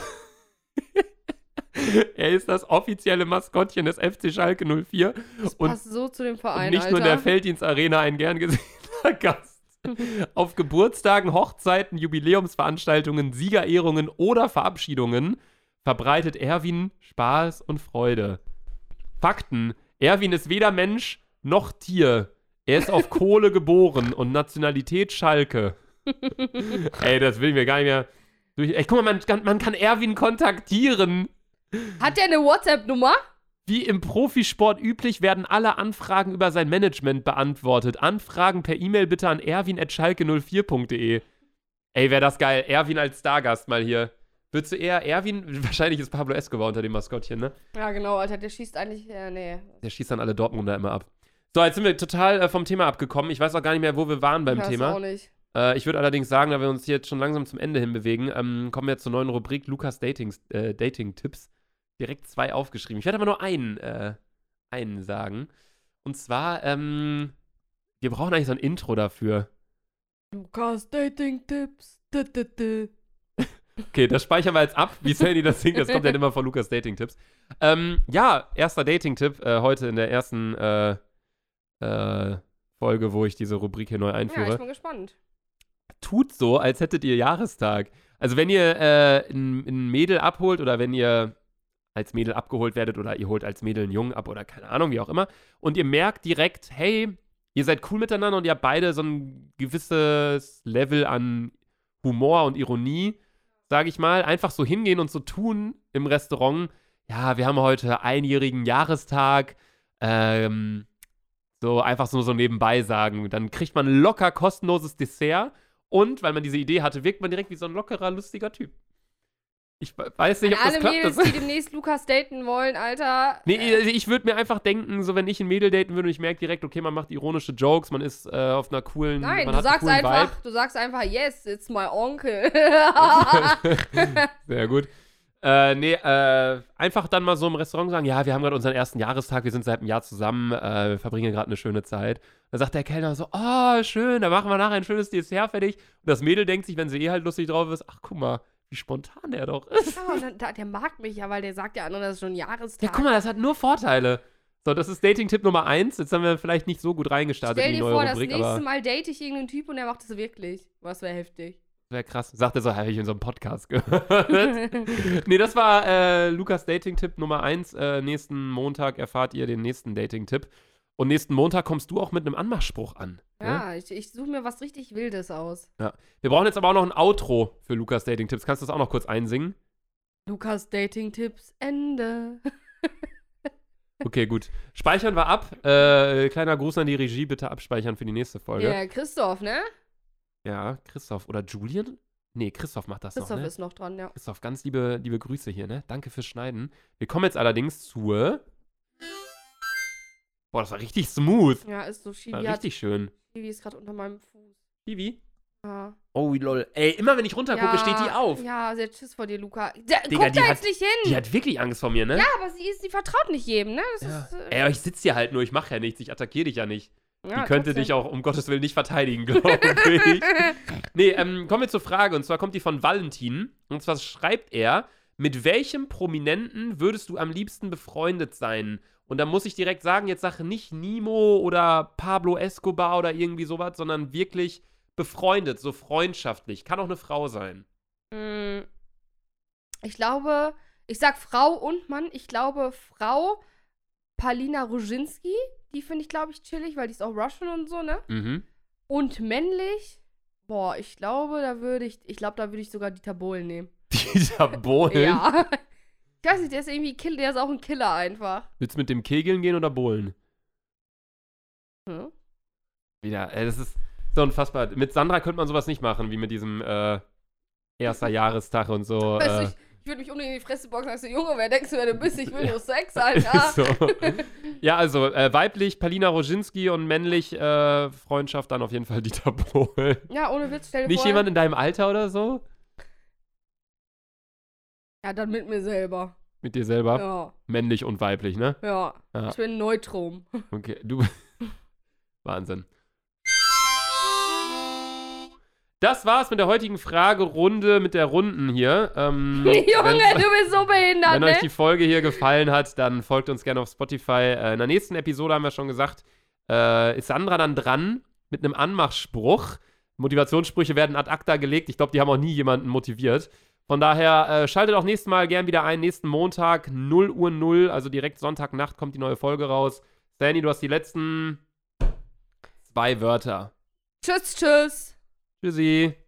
Er ist das offizielle Maskottchen des FC Schalke 04 Das und passt so zu dem Verein, nicht Alter. nur in der Felddienstarena ein gern gesehener Gast. Auf Geburtstagen, Hochzeiten, Jubiläumsveranstaltungen, Siegerehrungen oder Verabschiedungen verbreitet Erwin Spaß und Freude. Fakten. Erwin ist weder Mensch noch Tier. Er ist auf Kohle geboren und Nationalität Schalke. Ey, das will ich mir gar nicht mehr durch. Ey, guck mal, man kann Erwin kontaktieren. Hat der eine WhatsApp-Nummer? Wie im Profisport üblich werden alle Anfragen über sein Management beantwortet. Anfragen per E-Mail bitte an erwin@schalke04.de. Ey, wäre das geil. Erwin als Stargast mal hier. Würdest du eher Erwin? Wahrscheinlich ist Pablo Escobar unter dem Maskottchen, ne? Ja, genau, Alter. Der schießt eigentlich, nee. Der schießt dann alle Dortmunder immer ab. So, jetzt sind wir total vom Thema abgekommen. Ich weiß auch gar nicht mehr, wo wir waren beim Ich weiß Thema. auch nicht. Ich würde allerdings sagen, da wir uns hier jetzt schon langsam zum Ende hin bewegen, kommen wir zur neuen Rubrik Lukas Dating-Tipps. Direkt 2 aufgeschrieben. Ich werde aber nur einen sagen. Und zwar, wir brauchen eigentlich so ein Intro dafür. Lukas Dating-Tipps. Okay, das speichern wir jetzt ab. Wie Sandy das singt, das kommt dann immer von Lukas Dating-Tipps. Ja, erster Dating-Tipp heute in der ersten Folge, wo ich diese Rubrik hier neu Ja, einführe. ich bin gespannt. Tut so, als hättet ihr Jahrestag. Also wenn ihr ein Mädel abholt oder wenn ihr als Mädel abgeholt werdet oder ihr holt als Mädel einen Jungen ab oder keine Ahnung, wie auch immer, und ihr merkt direkt, hey, ihr seid cool miteinander und ihr habt beide so ein gewisses Level an Humor und Ironie, sage ich mal, einfach so hingehen und so tun im Restaurant, ja, wir haben heute einjährigen Jahrestag, so einfach so nebenbei sagen. Dann kriegt man locker kostenloses Dessert und, weil man diese Idee hatte, wirkt man direkt wie so ein lockerer, lustiger Typ. Ich weiß nicht, ob das Alle klappt. Mädels, die demnächst Lukas daten wollen, Alter. Nee, ich würde mir einfach denken, so wenn ich ein Mädel daten würde und ich merke direkt, okay, man macht ironische Jokes, man ist auf einer coolen, Nein, man du hat einen sagst coolen einfach, yes, it's my uncle. Vibe. Sehr gut. Einfach dann mal so im Restaurant sagen, ja, wir haben gerade unseren ersten Jahrestag, wir sind seit einem Jahr zusammen, wir verbringen gerade eine schöne Zeit. Dann sagt der Kellner so, oh, schön, dann machen wir nachher ein schönes Dessert fertig. Und das Mädel denkt sich, wenn sie halt lustig drauf ist, ach, guck mal, wie spontan der doch ist. Ja, und dann, der mag mich ja, weil der sagt ja anderen, das ist schon Jahrestag. Ja, guck mal, das hat nur Vorteile. So, das ist Dating-Tipp Nummer 1. Jetzt haben wir vielleicht nicht so gut reingestartet Stell in die dir neue vor, Rubrik, das nächste aber Mal date ich irgendeinen Typ und der macht das wirklich. Was wäre heftig. Wäre krass. Sagt er so, habe ich in so einem Podcast gehört. Nee, das war Lukas Dating-Tipp Nummer 1. Nächsten Montag erfahrt ihr den nächsten Dating-Tipp. Und nächsten Montag kommst du auch mit einem Anmachspruch an. Ja, ich suche mir was richtig Wildes aus. Ja. Wir brauchen jetzt aber auch noch ein Outro für Lukas Dating-Tipps. Kannst du das auch noch kurz einsingen? Lukas Dating-Tipps, Ende. Okay, gut. Speichern wir ab. Kleiner Gruß an die Regie, bitte abspeichern für die nächste Folge. Ja, Christoph, ne? Ja, Christoph. Oder Julian? Nee, Christoph macht das Christoph noch, ne? ist noch dran, ja. Christoph, ganz liebe Grüße hier, ne? Danke fürs Schneiden. Wir kommen jetzt allerdings zur... Boah, das war richtig smooth. Ja, ist so. War richtig schön. Chibi ist gerade unter meinem Fuß. Chibi? Ja. Oh, lol. Ey, immer wenn ich runtergucke, steht die auf. Ja, sie hat Schiss vor dir, Luca. Digga, Guck da jetzt nicht hin. Die hat wirklich Angst vor mir, ne? Ja, aber sie vertraut nicht jedem, ne? Das Ja. ist, Ey, aber ich sitze hier halt nur, ich mache ja nichts, ich attackiere dich ja nicht. ja, Die könnte dich auch um Gottes Willen nicht verteidigen, glaube ich. Nee, kommen wir zur Frage. Und zwar kommt die von Valentin. Und zwar schreibt er, mit welchem Prominenten würdest du am liebsten befreundet sein? Und da muss ich direkt sagen, jetzt sag nicht Nemo oder Pablo Escobar oder irgendwie sowas, sondern wirklich befreundet, so freundschaftlich. Kann auch eine Frau sein. Ich glaube, ich sag Frau und Mann. Ich glaube, Frau Palina Roginski. Die finde ich, glaube ich, chillig, weil die ist auch Russian und so, ne? Mhm. Und männlich, boah, ich glaube, da würde ich sogar Dieter Bohlen nehmen. Dieter Bohlen? Ja. Ich weiß nicht, der ist irgendwie der ist auch ein Killer einfach. Willst du mit dem Kegeln gehen oder Bohlen? Hm? Wieder, das ist so unfassbar. Mit Sandra könnte man sowas nicht machen, wie mit diesem erster Jahrestag und so. Weißt du, ich würde mich unbedingt in die Fresse boxen und sagen, Junge, wer denkst du, wer du bist? Ich will nur Sex, Alter. So. Ja, also weiblich Palina Roginski und männlich Freundschaft dann auf jeden Fall Dieter Bohlen. Ja, ohne Witz, stell dir Nicht vor. jemand in deinem Alter oder so? Ja, dann mit mir selber. Mit dir selber? Ja. Männlich und weiblich, ne? Ja. Ja. Ich bin Neutrum. Okay, du. Wahnsinn. Das war's mit der heutigen Fragerunde, mit der Runden hier. Junge, du bist so behindert, Wenn ne? euch die Folge hier gefallen hat, dann folgt uns gerne auf Spotify. In der nächsten Episode haben wir schon gesagt, ist Sandra dann dran mit einem Anmachspruch. Motivationssprüche werden ad acta gelegt. Ich glaube, die haben auch nie jemanden motiviert. Von daher schaltet auch nächstes Mal gern wieder ein. Nächsten Montag, 0:00, also direkt Sonntagnacht kommt die neue Folge raus. Stanley, du hast die letzten 2 Wörter. Tschüss, tschüss. Tschüssi.